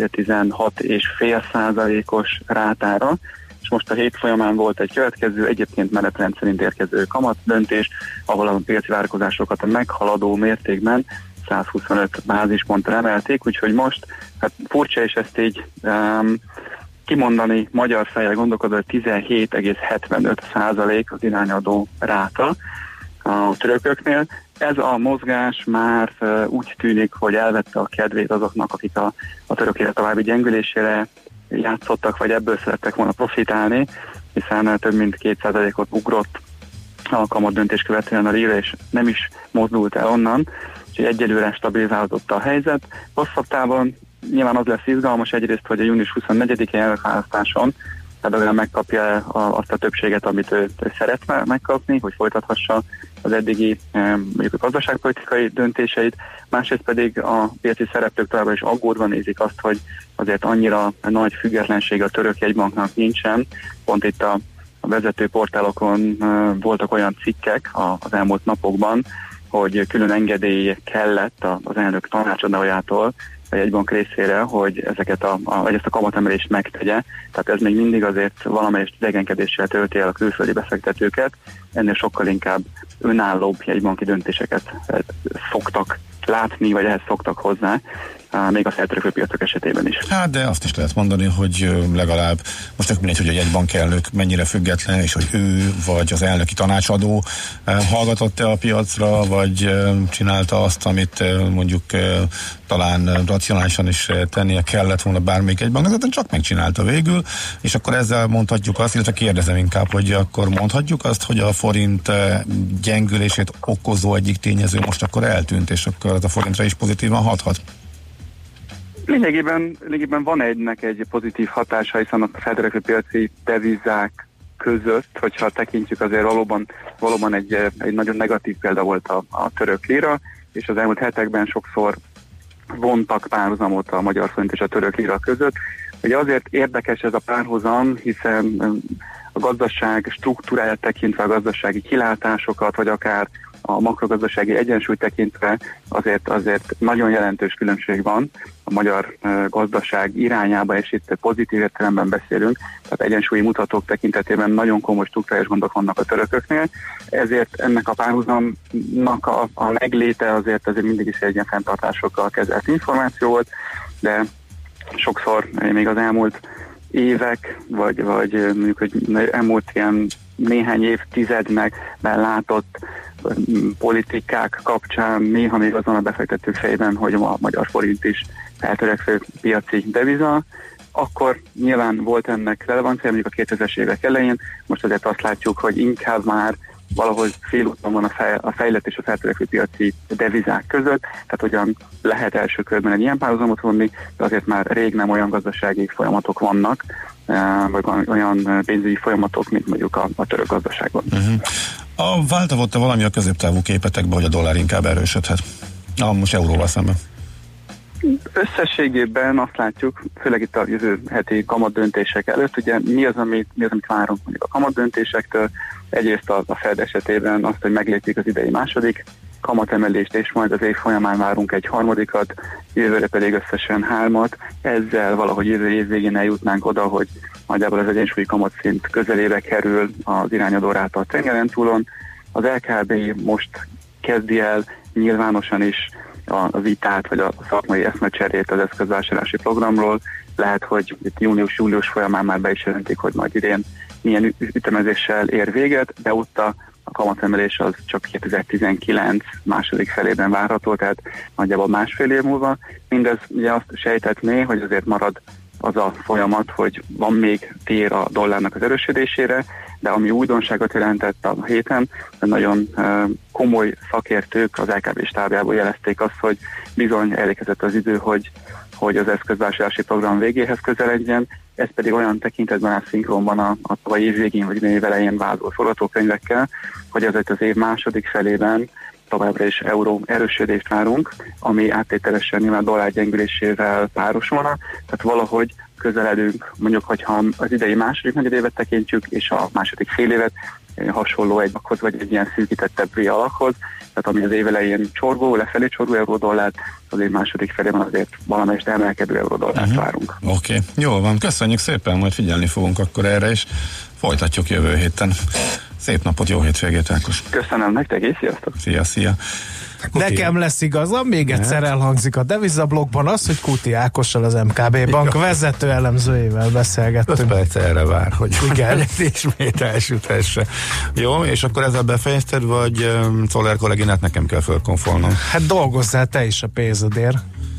16,5%-os rátára, és most a hét folyamán volt egy következő, egyébként menetrend szerint érkező kamat döntés, ahol a piaci várakozásokat a meghaladó mértékben 125 bázisponttal emelték, úgyhogy most, hát furcsa is ezt így kimondani magyar fejjel gondolkodva, hogy 17,75% az irányadó ráta a törököknél. Ez a mozgás már úgy tűnik, hogy elvette a kedvét azoknak, akik a török lira további gyengülésére játszottak, vagy ebből szerettek volna profitálni, hiszen több mint 2%-ot ugrott a kamat döntés követően a lira, és nem is mozdult el onnan, úgyhogy egyelőre stabilizálódott a helyzet. Hosszabb távon nyilván az lesz izgalmas egyrészt, hogy a június 24-i elnökválasztáson Erdogan megkapja azt a többséget, amit ő szeretne megkapni, hogy folytathassa az eddigi mondjuk a gazdaságpolitikai döntéseit, másrészt pedig a piaci szereplők továbbra is aggódva nézik azt, hogy azért annyira nagy függetlenség a török jegybanknak nincsen. Pont itt a vezető portálokon voltak olyan cikkek az elmúlt napokban, hogy külön engedély kellett az elnök tanácsadójától a jegybank részére, hogy ezt a kamatemelést megtegye. Tehát ez még mindig azért valamelyest idegenkedéssel tölti el a külföldi befektetőket. Ennél sokkal inkább önállóbb jegybanki döntéseket szoktak látni, vagy ehhez szoktak hozzá még a feltörekvő piacok esetében is. Hát, de azt is lehet mondani, hogy legalább most tök mindegy, hogy egy jegybankelnök mennyire független, és hogy ő vagy az elnöki tanácsadó hallgatott-e a piacra, vagy csinálta azt, amit mondjuk talán racionálisan is tennie kellett volna bármelyik egybanknak, csak megcsinálta végül, és akkor ezzel mondhatjuk azt, illetve kérdezem inkább, hogy akkor mondhatjuk azt, hogy a forint gyengülését okozó egyik tényező most akkor eltűnt, és akkor az a forintra is pozitívan hathat? Lényegében van egy pozitív hatása, hiszen a feltörekvő piaci devizák között, hogyha tekintjük, azért valóban egy nagyon negatív példa volt a török lira, és az elmúlt hetekben sokszor vontak párhuzamot a magyar forint és a török lira között. Ugye azért érdekes ez a párhuzam, hiszen a gazdaság struktúráját tekintve, a gazdasági kilátásokat, vagy akár a makrogazdasági egyensúlyt tekintve azért nagyon jelentős különbség van a magyar gazdaság irányába, és itt pozitív értelemben beszélünk, tehát egyensúlyi mutatók tekintetében nagyon komoly struktúrális gondok vannak a törököknél, ezért ennek a párhuzamnak a megléte azért mindig is egy ilyen fenntartásokkal kezelt információ volt, de sokszor még az elmúlt évek, vagy mondjuk, hogy elmúlt ilyen néhány évtizedben látott politikák kapcsán néha még azon a befektetők fejében, hogy a magyar forint is eltörekvő piaci deviza. Akkor nyilván volt ennek relevancia, mondjuk a 2000-es évek elején, most azért azt látjuk, hogy inkább már valahogy félúton van a fejlett és a feltörekvő piaci devizák között, tehát ugyan lehet első körben egy ilyen párhuzamot vonni, de azért már rég nem olyan gazdasági folyamatok vannak, vagy olyan pénzügyi folyamatok, mint mondjuk a török gazdaságban. Váltavott-e valami a középtávú képetekben, hogy a dollár inkább erősödhet? Most euróval szemben. Összességében azt látjuk, főleg itt a jövő heti kamatdöntések előtt, ugye mi az, amit várunk mondjuk a kamatdöntésektől. Egyrészt a Fed esetében azt, hogy meglépjük az idei második kamatemelést, és majd az év folyamán várunk egy harmadikat, jövőre pedig összesen 3-at. Ezzel valahogy jövő év végén eljutnánk oda, hogy nagyjából az egyensúlyi kamatszint közelébe kerül az irányadó ráta a tengeren túlon. Az LKB most kezdi el nyilvánosan is a vitát, vagy a szakmai eszmecserét az eszközvásárlási programról. Lehet, hogy itt június-július folyamán már be is jelentik, hogy majd idén milyen ütemezéssel ér véget, de ott a kamatemelés az csak 2019 második felében várható, tehát nagyjából másfél év múlva. Mindez ugye azt sejtetné, hogy azért marad az a folyamat, hogy van még tér a dollárnak az erősödésére, de ami újdonságot jelentett a héten, nagyon komoly szakértők az LKB stábjából jelezték azt, hogy bizony elérkezett az idő, hogy az eszközvásárlási program végéhez közeledjen, ez pedig olyan tekintetben áll szinkronban a tavalyi év végén vagy év elején vázolt forgatókönyvekkel, hogy azért az év második felében továbbra is euró erősödést várunk, ami áttételesen nyilván dollár gyengülésével párosulna, tehát valahogy közeledünk, mondjuk, hogyha az idei második negyedévet tekintjük, és a második fél évet hasonló egy alakhoz, vagy egy ilyen szűkítettebb alakhoz, tehát ami az év elején lefelé csorgó euró-dollárt, az év második felében azért valamelyest emelkedő euró-dollárt várunk. Oké, jól van, köszönjük szépen, majd figyelni fogunk akkor erre, és folytatjuk jövő héten. Szép napot, jó hétvégét, Ákos! Köszönöm nektek, és sziasztok! Szia! Nekem lesz igazam, még egyszer elhangzik a devizablogban az, hogy Kuti Ákossal, az MKB Bank vezető elemzőjével beszélgettünk. 5 perc erre vár, hogy ismét elsüthesse. Jó, és akkor ezzel befejezted, vagy Czoller kolléginát nekem kell fölkonfolnom? Hát dolgozzál te is a pénzedért.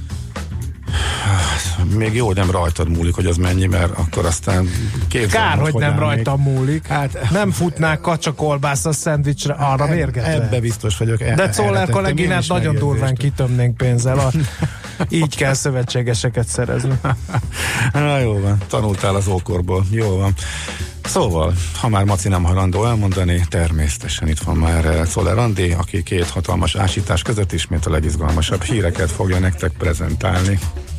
Még jó, nem rajtad múlik, hogy az mennyi, mert akkor aztán kár, hogy nem rajtam múlik. Hát, nem futnák kacsakolbász a szendvicsre, arra mérgetve. Ebbe biztos vagyok. De Czoller kolléginát nagyon durván kitömnénk pénzzel. Így kell szövetségeseket szerezni. Na jó van, tanultál az ókorból. Jó van. Szóval, ha már Maci nem hajlandó elmondani, természetesen itt van már Czoller Andi, aki 2 hatalmas ásítás között ismét a legizgalmasabb híreket fogja nektek prezentálni.